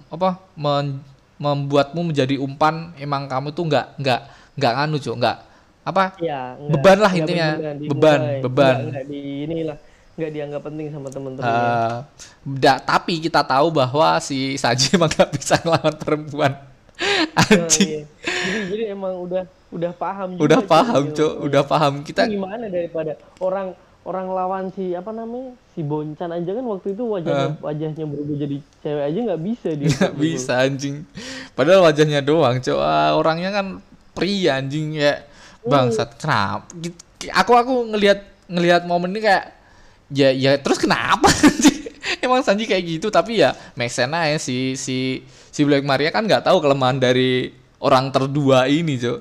membuatmu menjadi umpan. Emang kamu tuh nggak nganu, Cuk, nggak beban lah intinya. Beban. Nggak dianggap penting sama teman-teman. Tapi kita tahu bahwa si Sanji emang nggak bisa ngelawan perempuan. Anjing. Jadi emang udah paham juga. Udah paham kita. Gimana daripada orang lawan si si Boncan aja kan waktu itu wajahnya berubah jadi cewek aja nggak bisa dia. Nggak bisa, anjing. Padahal wajahnya doang, Cok. Orangnya kan pria, anjing, ya. Bangsat. Kenapa? Aku ngelihat momen ini kayak ya terus kenapa? Emang Sanji kayak gitu, tapi ya make sense aja si Black Maria kan nggak tahu kelemahan dari orang terdua ini, Cok.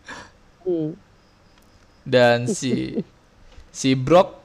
Dan si Brock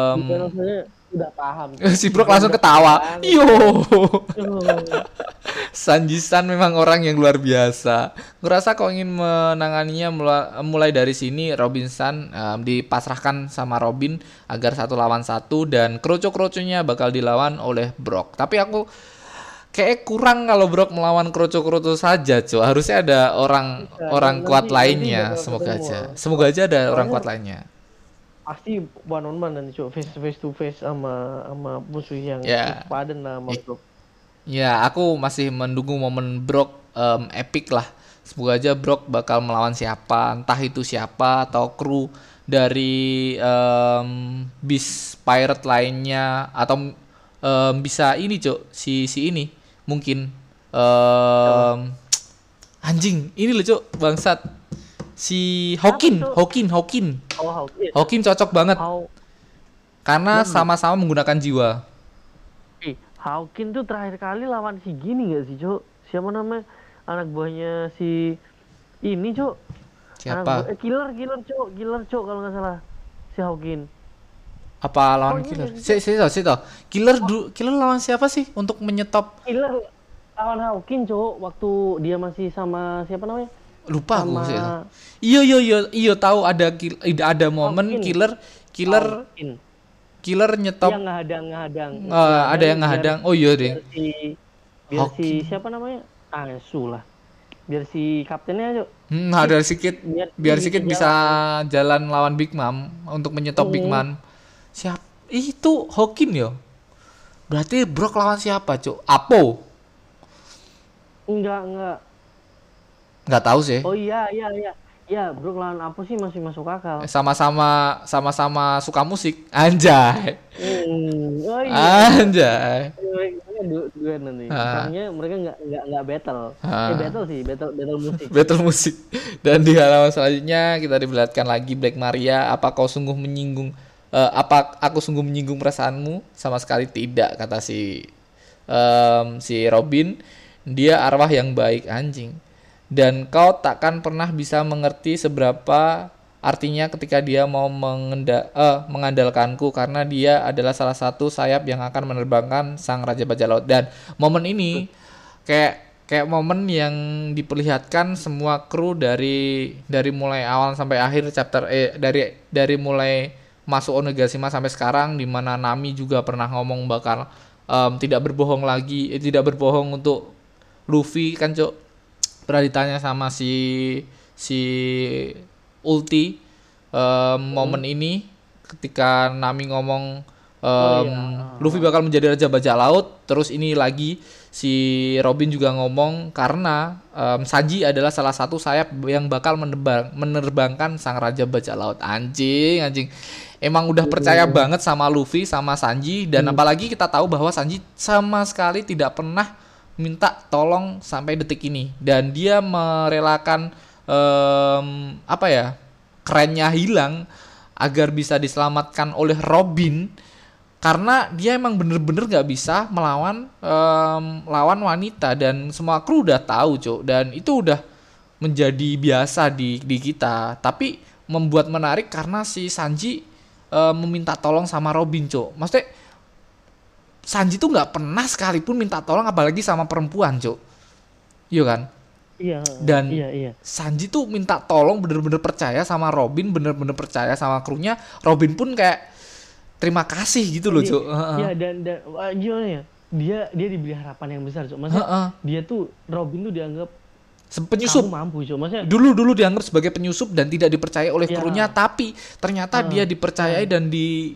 udah paham. Si Brock langsung ketawa. Yo. Sanji-san memang orang yang luar biasa. Ngerasa kau ingin menanganinya mulai dari sini. Robin-san dipasrahkan sama Robin agar 1 lawan 1 dan kroco-kroconya bakal dilawan oleh Brock. Tapi aku kayak kurang kalau Brock melawan kroco-kroco saja, cuy. Harusnya ada orang kuat lainnya. Semoga aja ada orang kuat lainnya. Pasti one on one nanti, cuy. Face to face sama musuh yang sepadan lah sama Brock. Ya, aku masih menunggu momen Brock epic lah. Semoga aja Brock bakal melawan siapa, entah itu siapa atau kru dari Beast Pirate lainnya atau bisa ini, Cok, si ini mungkin anjing, ini loh, Cok, bangsat. Si Hawkin. Oh, Hawkin cocok banget. Karena sama-sama menggunakan jiwa. Hawkin tuh terakhir kali lawan si gini gak sih, Cok? Siapa namanya? Anak buahnya si ini, Cok. Siapa? Killer, Cok, kalau nggak salah. Si Hawkin. Apa lawan Killer? Killer lawan siapa sih untuk menyetop? Killer lawan Hawkin, Cok, waktu dia masih sama siapa namanya? Lupa aku sih. Iya, tahu ada momen Hawkin. Killer nyetop. Yang ngehadang. Ada yang ngehadang. Oh iya deh. Biar si siapa namanya? Ansu lah. Biar si kaptennya, Cok. Ada sedikit. Biar sedikit bisa jalan lawan Big Mom untuk menyetop Big Mom. Siapa? Itu Hawkin ya? Berarti Brock lawan siapa, Cok? Apo? Enggak tahu sih. Oh iya. Ya, Brock lawan apa sih masih masuk akal. Sama-sama suka musik. Anjay. Oh iya. Anjay. Dua nanti. Karena mereka enggak battle. Battle sih, battle musik. Battle musik. Dan di halaman selanjutnya kita diperlihatkan lagi Black Maria, apa aku sungguh menyinggung perasaanmu? Sama sekali tidak, kata si Robin. Dia arwah yang baik, anjing. Dan kau takkan pernah bisa mengerti seberapa artinya ketika dia mau mengandalkanku, karena dia adalah salah satu sayap yang akan menerbangkan sang Raja Bajak Laut. Dan momen ini kayak momen yang diperlihatkan semua kru dari mulai awal sampai akhir chapter dari mulai masuk Onigashima sampai sekarang, di mana Nami juga pernah ngomong bakal tidak berbohong untuk Luffy kan, Cok. Pernah ditanya sama si Ulti momen ini ketika Nami ngomong Luffy bakal menjadi Raja Bajak Laut. Terus ini lagi si Robin juga ngomong karena Sanji adalah salah satu sayap yang bakal menerbangkan sang Raja Bajak Laut. Anjing. Emang udah percaya banget sama Luffy sama Sanji. Dan apalagi kita tahu bahwa Sanji sama sekali tidak pernah minta tolong sampai detik ini, dan dia merelakan kerennya hilang agar bisa diselamatkan oleh Robin, karena dia emang bener-bener nggak bisa melawan lawan wanita, dan semua kru udah tahu, Cok, dan itu udah menjadi biasa di kita. Tapi membuat menarik karena si Sanji meminta tolong sama Robin, Cok. Maksudnya Sanji tuh nggak pernah sekalipun minta tolong, apalagi sama perempuan, Cok. Iya kan? Iya. Dan Sanji tuh minta tolong, bener-bener percaya sama Robin, bener-bener percaya sama krunya. Robin pun kayak terima kasih gitu loh, Cok. Iya, dan gimana ya? Dia diberi harapan yang besar, Cok. Maksudnya dia tuh, Robin tuh dianggap penyusup. Kamu mampu, Cok. Maksudnya dulu dianggap sebagai penyusup dan tidak dipercaya oleh krunya, tapi ternyata dia dipercayai dan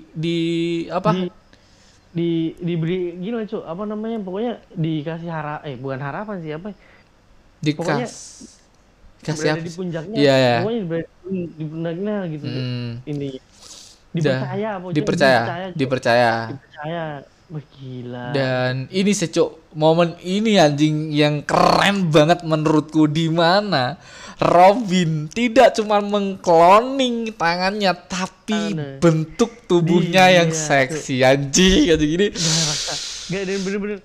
diberi gini, Cuk, apa namanya, pokoknya dikasih bukan harapan sih, pokoknya kasih apa di puncaknya, pokoknya di puncaknya gitu. Ini dipercaya. Wah, gila. Dan ini sih, Cuk, momen ini anjing yang keren banget menurutku, di mana Robin tidak cuma mengkloning tangannya, tapi bentuk tubuhnya yang seksi, anjing, kayak gini. Gak, dan bener-bener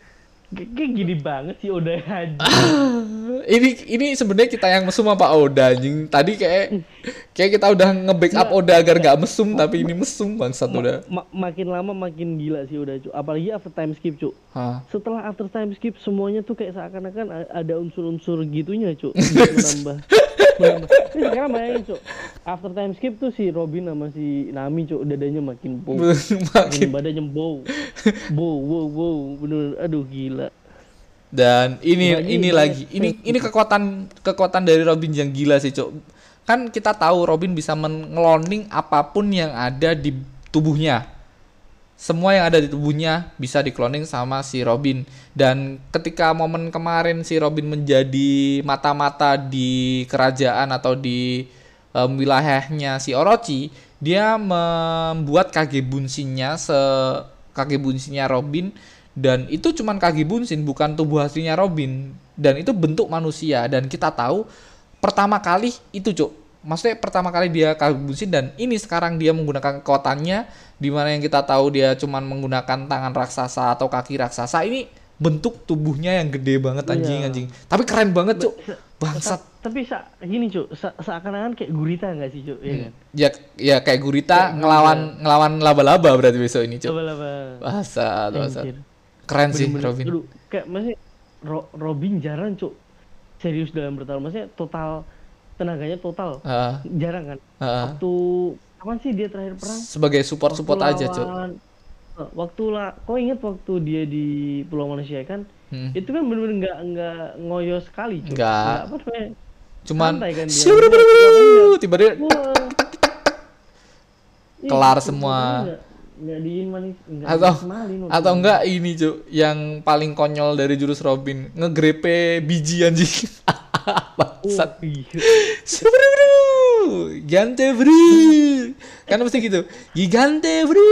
Kayak gini banget sih Oda aja. Ini sebenarnya kita yang mesum apa Oda anjing. Tadi kayak kita udah nge-backup Oda agar nggak mesum, tapi ini mesum bangsat Oda. Makin lama makin gila sih Oda, Cuk. Apalagi after time skip, Cuk. Setelah after time skip semuanya tuh kayak seakan-akan ada unsur-unsur gitunya, Cuk. Menambah. Ini sekarang bayangin, Cuk. After time skip tuh si Robin sama si Nami, Cuk, dadanya makin bow. makin badannya bow. Wow, bener, aduh gila. Dan ini kekuatan dari Robin yang gila sih, Cuk. Kan kita tahu Robin bisa mengeloning apapun yang ada di tubuhnya. Semua yang ada di tubuhnya bisa dikloning sama si Robin. Dan ketika momen kemarin si Robin menjadi mata-mata di kerajaan atau di wilayahnya si Orochi, dia membuat Kage Bunshin-nya Kage Bunshin-nya Robin, dan itu cuman Kage Bunshin, bukan tubuh aslinya Robin, dan itu bentuk manusia. Dan kita tahu pertama kali itu, Cuk, maksudnya pertama kali dia Kage Bunshin, dan ini sekarang dia menggunakan kekuatannya, dimana yang kita tahu dia cuman menggunakan tangan raksasa atau kaki raksasa. Ini bentuk tubuhnya yang gede banget, anjing. Tapi keren banget, Cuk. Bangsat. Tapi gini, Cuk, seakan-akan kayak gurita nggak sih, Cuk? Iya kan? Ya kayak gurita ngelawan laba-laba berarti besok ini, Cuk. Laba-laba. Bangsat. Keren sih Robin. Aduh, kayak maksudnya Robin jarang, Cuk, serius dalam bertarung. Maksudnya total tenaganya total jarang kan. Waktu kapan sih dia terakhir perang? Sebagai support aja, Cuk. Kau inget waktu dia di Pulau Manusia kan? Itu kan bener-bener nggak ngoyo sekali, Cuk. Nggak. Apa namanya? Cuman kan tiba-tiba kelar semua. Atau enggak ini, Cuk, yang paling konyol dari jurus Robin, ngegrepe biji anjing. Bangsat. Gigante bro. Kan mesti gitu. Gigante bro.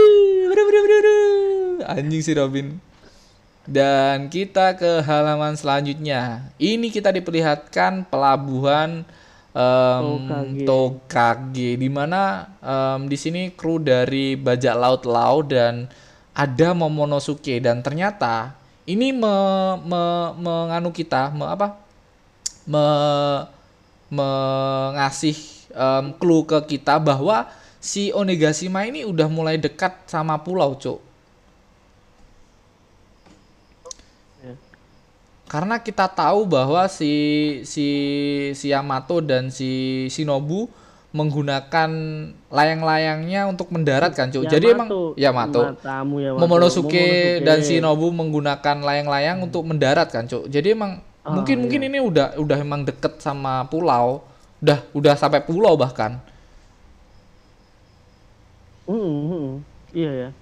Anjing si Robin. Dan kita ke halaman selanjutnya. Ini kita diperlihatkan pelabuhan Tokage, di mana di sini kru dari bajak laut Lau dan ada Momonosuke, dan ternyata ini menganu kita mengasih clue ke kita bahwa si Onigashima ini udah mulai dekat sama pulau, Cuk. Karena kita tahu bahwa si Yamato dan si Shinobu menggunakan layang-layangnya untuk mendarat kan, Cuk. Jadi emang Yamato. Momonosuke dan Shinobu menggunakan layang-layang untuk mendarat kan, Cuk. Jadi emang mungkin ini udah emang deket sama pulau. Udah sampai pulau bahkan. Iya ya.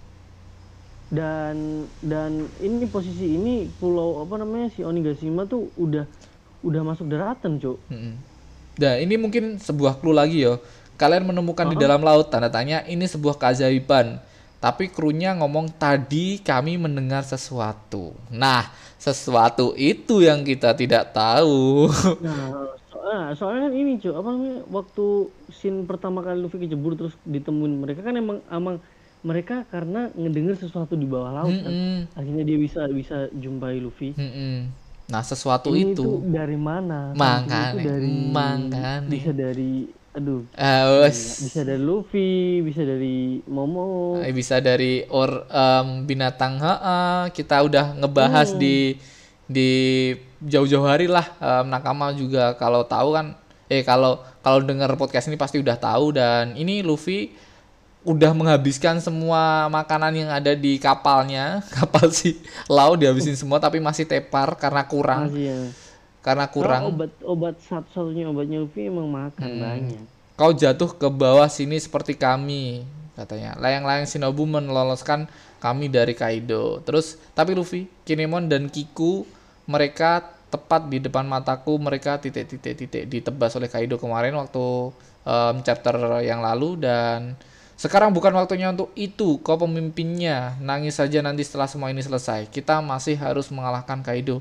Dan ini posisi ini pulau si Onigashima tuh udah masuk daratan, Cuk. Nah, ini mungkin sebuah clue lagi yo. Kalian menemukan di dalam laut, tanda tanya, ini sebuah keajaiban. Tapi krunya ngomong tadi kami mendengar sesuatu. Nah, sesuatu itu yang kita tidak tahu. Soalnya kan ini, Cuk, waktu scene pertama kali Luffy kejebur terus ditemuin mereka kan emang mereka karena ngedenger sesuatu di bawah laut kan. Akhirnya dia bisa jumpai Luffy. Nah, sesuatu ini itu dari mana? Makanya bisa dari bisa dari Luffy, bisa dari Momo, bisa dari binatang. Kita udah ngebahas di jauh-jauh hari lah. Nakama juga kalau tahu kan, kalau dengar podcast ini pasti udah tahu. Dan ini Luffy udah menghabiskan semua makanan yang ada di kapalnya. Kapal si Lau dihabisin semua, tapi masih tepar karena kurang. Karena kurang. Obat satu-satunya obatnya Luffy emang makan banyak. Kau jatuh ke bawah sini seperti kami, katanya. Layang-layang Shinobu meloloskan kami dari Kaido. Terus tapi Luffy, Kinemon dan Kiku, mereka tepat di depan mataku. Mereka titik ditebas oleh Kaido kemarin waktu chapter yang lalu. Dan sekarang bukan waktunya untuk itu. Kau pemimpinnya. Nangis saja nanti setelah semua ini selesai. Kita masih harus mengalahkan Kaido.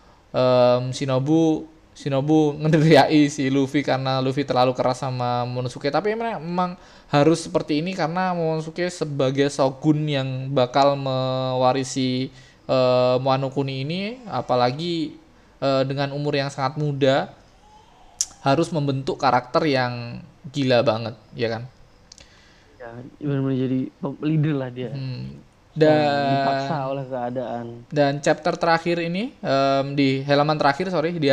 Shinobu ngederiai si Luffy karena Luffy terlalu keras sama Momonosuke. Tapi memang harus seperti ini karena Momonosuke sebagai shogun yang bakal mewarisi Wano Kuni ini, apalagi dengan umur yang sangat muda, harus membentuk karakter yang gila banget, ya kan? Ya, benar-benar jadi leader lah dia. Dipaksa oleh keadaan. Dan chapter terakhir ini, di halaman terakhir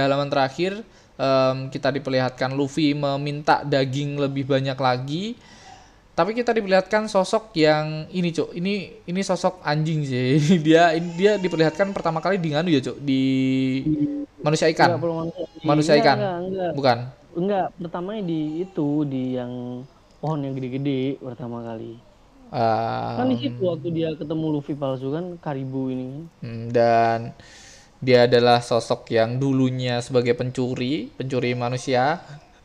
kita diperlihatkan Luffy meminta daging lebih banyak lagi. Tapi kita diperlihatkan sosok yang ini, Cuk. Ini sosok anjing sih. Dia diperlihatkan pertama kali di nganu ya, Cuk, di manusia ikan. Manusia ikan. Enggak. Bukan. Enggak, pertamanya di yang pohon yang gede-gede pertama kali. Kan di situ waktu dia ketemu Luffy palsu kan, Karibu ini. Dan dia adalah sosok yang dulunya sebagai pencuri manusia.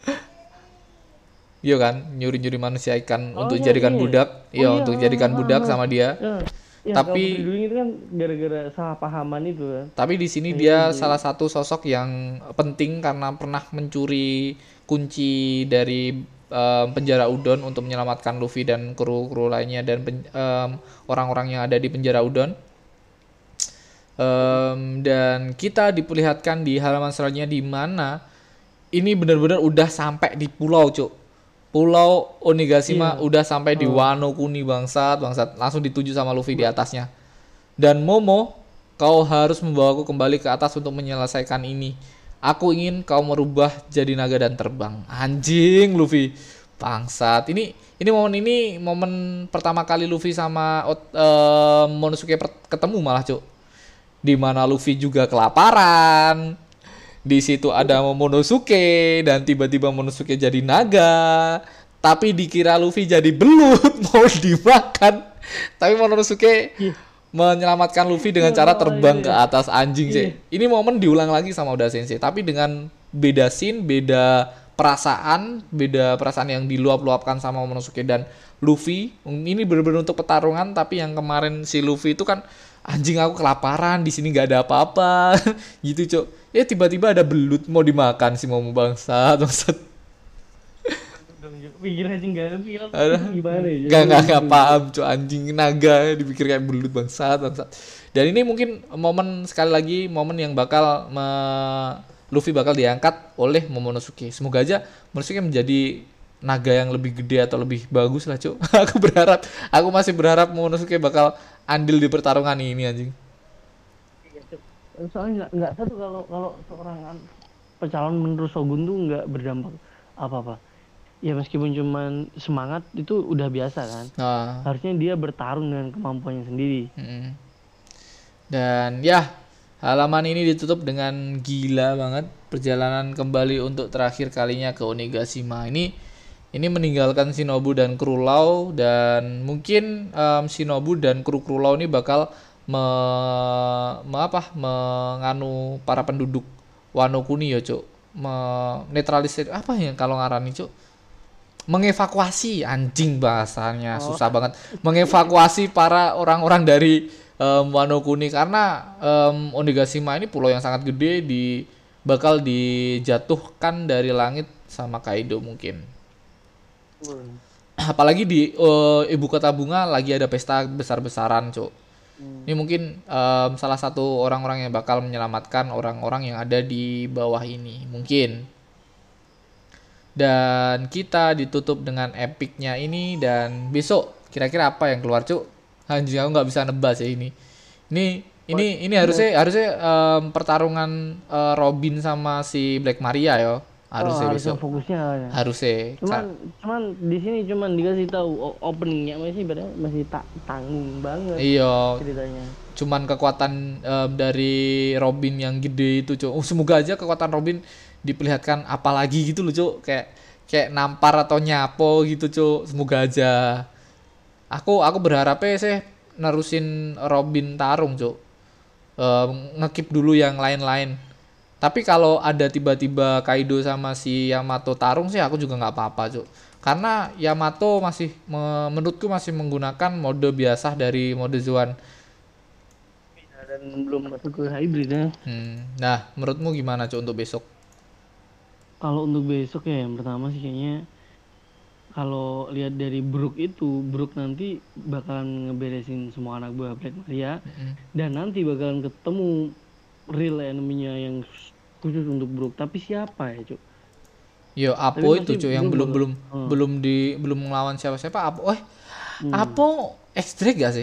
Iya kan, nyuri-nyuri manusia ikan untuk jadikan budak. Untuk jadikan budak sama dia. Ya, tapi itu kan gara-gara salah pahaman itu kan. Tapi di sini dia salah satu sosok yang penting karena pernah mencuri kunci dari penjara Udon untuk menyelamatkan Luffy dan kru-kru lainnya dan orang-orang yang ada di penjara Udon. Dan kita diperlihatkan di halaman selanjutnya di mana ini benar-benar udah sampai di pulau, Cuk. Pulau Onigashima udah sampai di Wano Kuni, bangsat. Langsung dituju sama Luffy di atasnya. Dan Momo, kau harus membawaku kembali ke atas untuk menyelesaikan ini. Aku ingin kau merubah jadi naga dan terbang. Anjing, Luffy. Bangsat. Ini momen pertama kali Luffy sama Momonosuke ketemu malah, Cuk. Di mana Luffy juga kelaparan. Di situ ada Momonosuke dan tiba-tiba Momonosuke jadi naga, tapi dikira Luffy jadi belut mau dimakan. Tapi Momonosuke menyelamatkan Luffy dengan cara terbang ke atas, anjing sih. Ini momen diulang lagi sama Oda Sensei, tapi dengan beda scene, beda perasaan yang diluap-luapkan sama Momonosuke dan Luffy. Ini benar-benar untuk pertarungan, tapi yang kemarin si Luffy itu kan anjing, aku kelaparan, di sini gak ada apa-apa. Gitu, Cok. Ya tiba-tiba ada belut mau dimakan si Momo, bangsat. Pikir aja gimana ya? Gak paham, Cok. Anjing naga dipikir kayak belut, bangsat. Dan ini mungkin momen sekali lagi yang bakal Luffy bakal diangkat oleh Momonosuke. Semoga aja Momonosuke menjadi naga yang lebih gede atau lebih bagus lah, Cuk. Aku masih berharap Momonosuke bakal andil di pertarungan ini, anjing. Soalnya nggak satu kalau seorang pencalon menerus Shogun tuh nggak berdampak apa-apa. Ya meskipun cuman semangat itu udah biasa kan. Harusnya dia bertarung dengan kemampuannya sendiri. Dan ya, halaman ini ditutup dengan gila banget, perjalanan kembali untuk terakhir kalinya ke Onigashima. Ini meninggalkan Shinobu dan kru Law, dan mungkin Shinobu dan kru Law ini bakal menganu para penduduk Wano Kuni ya, Cuk. Netralisir apa ya kalau ngarani, Cuk? Mengevakuasi, anjing bahasanya susah banget. Mengevakuasi para orang-orang dari Wano Kuni karena Onigashima ini pulau yang sangat gede, bakal dijatuhkan dari langit sama Kaido mungkin. Apalagi di ibu kota bunga lagi ada pesta besar-besaran, Cuk. Ini mungkin salah satu orang-orang yang bakal menyelamatkan orang-orang yang ada di bawah ini mungkin. Dan kita ditutup dengan epicnya ini, dan besok kira-kira apa yang keluar, Cuk? Anjing, aku nggak bisa nebak ya ini. Ini harusnya pertarungan Robin sama si Black Maria yo. Harusnya besok. Fokusnya ya. Harusnya. Cuman di sini dikasih tahu openingnya masih tanggung banget. Iya. Ceritanya. Cuman kekuatan dari Robin yang gede itu, Cuk. Semoga aja kekuatan Robin diperlihatkan apalagi gitu loh, Cuk. Kayak nampar atau nyapo gitu, Cuk. Semoga aja. Aku berharapnya sih nerusin Robin tarung, Cuk. Ngekip dulu yang lain-lain. Tapi kalau ada tiba-tiba Kaido sama si Yamato tarung sih aku juga nggak apa-apa, Cuk. Karena Yamato menurutku masih menggunakan mode biasa dari mode Zoan. Dan belum masuk ke hybrid ya. Nah, menurutmu gimana, Cuk, untuk besok? Kalau untuk besok ya, yang pertama sih kayaknya kalau lihat dari Brook nanti bakalan ngeberesin semua anak buah Black Maria, dan nanti bakalan ketemu real enemy-nya yang khusus untuk Brook. Tapi siapa ya, Cuk? Yo, Apo itu Cuk yang belum ngelawan siapa-siapa. Apo Apo X-Drake gak sih?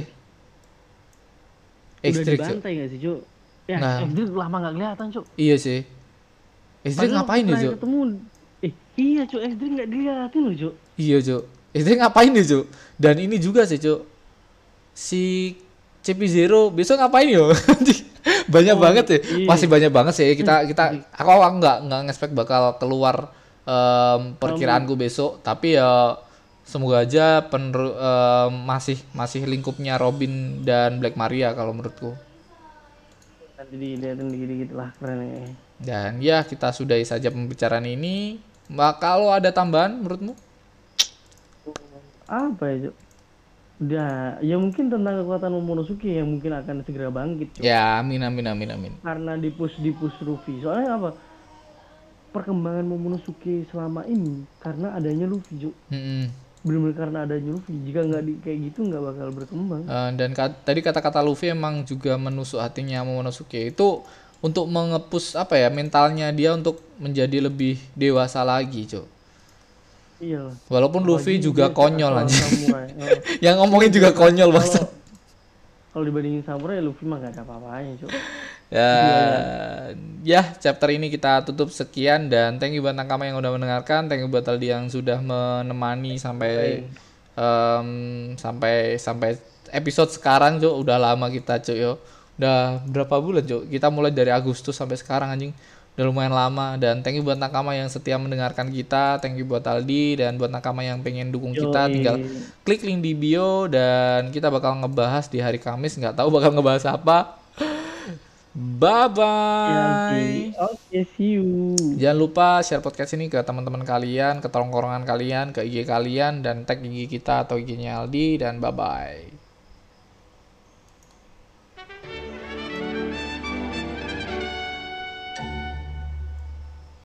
X-Drake udah dibantai gak sih, Cuk? Ya, nah, X-Drake lama gak kelihatan, Cuk. Iya sih. X-Drake ngapain nih, Cuk? Iya, Cuk, X-Drake gak dilihatin loh, Cuk. Iya, Cuk. X-Drake ngapain nih, Cuk? Dan ini juga sih, Cuk. Si CP0 besok ngapain yo? Banyak banget ya. Iya. Masih banyak banget sih kita aku nggak ngespek bakal keluar perkiraanku besok, tapi ya semoga aja masih lingkupnya Robin dan Black Maria kalau menurutku. Dilihatin dikit-dikit lah, keren ya. Dan ya kita sudahi saja pembicaraan ini. Kalau ada tambahan menurutmu? Apa ya, Cuk? Ya mungkin tentang kekuatan Momonosuke yang mungkin akan segera bangkit, Cuk. Ya, amin. Karena di-push Luffy. Soalnya apa? Perkembangan Momonosuke selama ini karena adanya Luffy, Cuk. Benar-benar karena adanya Luffy. Jika nggak kayak gitu nggak bakal berkembang. Dan tadi kata-kata Luffy emang juga menusuk hatinya Momonosuke itu untuk mengepus mentalnya dia untuk menjadi lebih dewasa lagi, Cuk. Iya. Walaupun Luffy juga konyol aja. Yang ngomongin juga konyol banget. Kalau dibandingin samurai, Luffy mah gak ada apa-apanya, Cuk. Ya, chapter ini kita tutup sekian, dan thank you buat Nakama yang udah mendengarkan, thank you buat Aldi yang sudah menemani sampai episode sekarang, Cuk. Udah lama kita, Cuk, yo. Udah berapa bulan, Cuk? Kita mulai dari Agustus sampai sekarang, anjing. Udah lumayan lama. Dan thank you buat Nakama yang setia mendengarkan kita, thank you buat Aldi, dan buat Nakama yang pengen dukung kita tinggal klik link di bio, dan kita bakal ngebahas di hari Kamis, nggak tahu bakal ngebahas apa. Bye bye. Oke, see you. Jangan lupa share podcast ini ke teman-teman kalian, ke tongkrongan kalian, ke IG kalian, dan tag IG kita atau IG-nya Aldi, dan bye bye.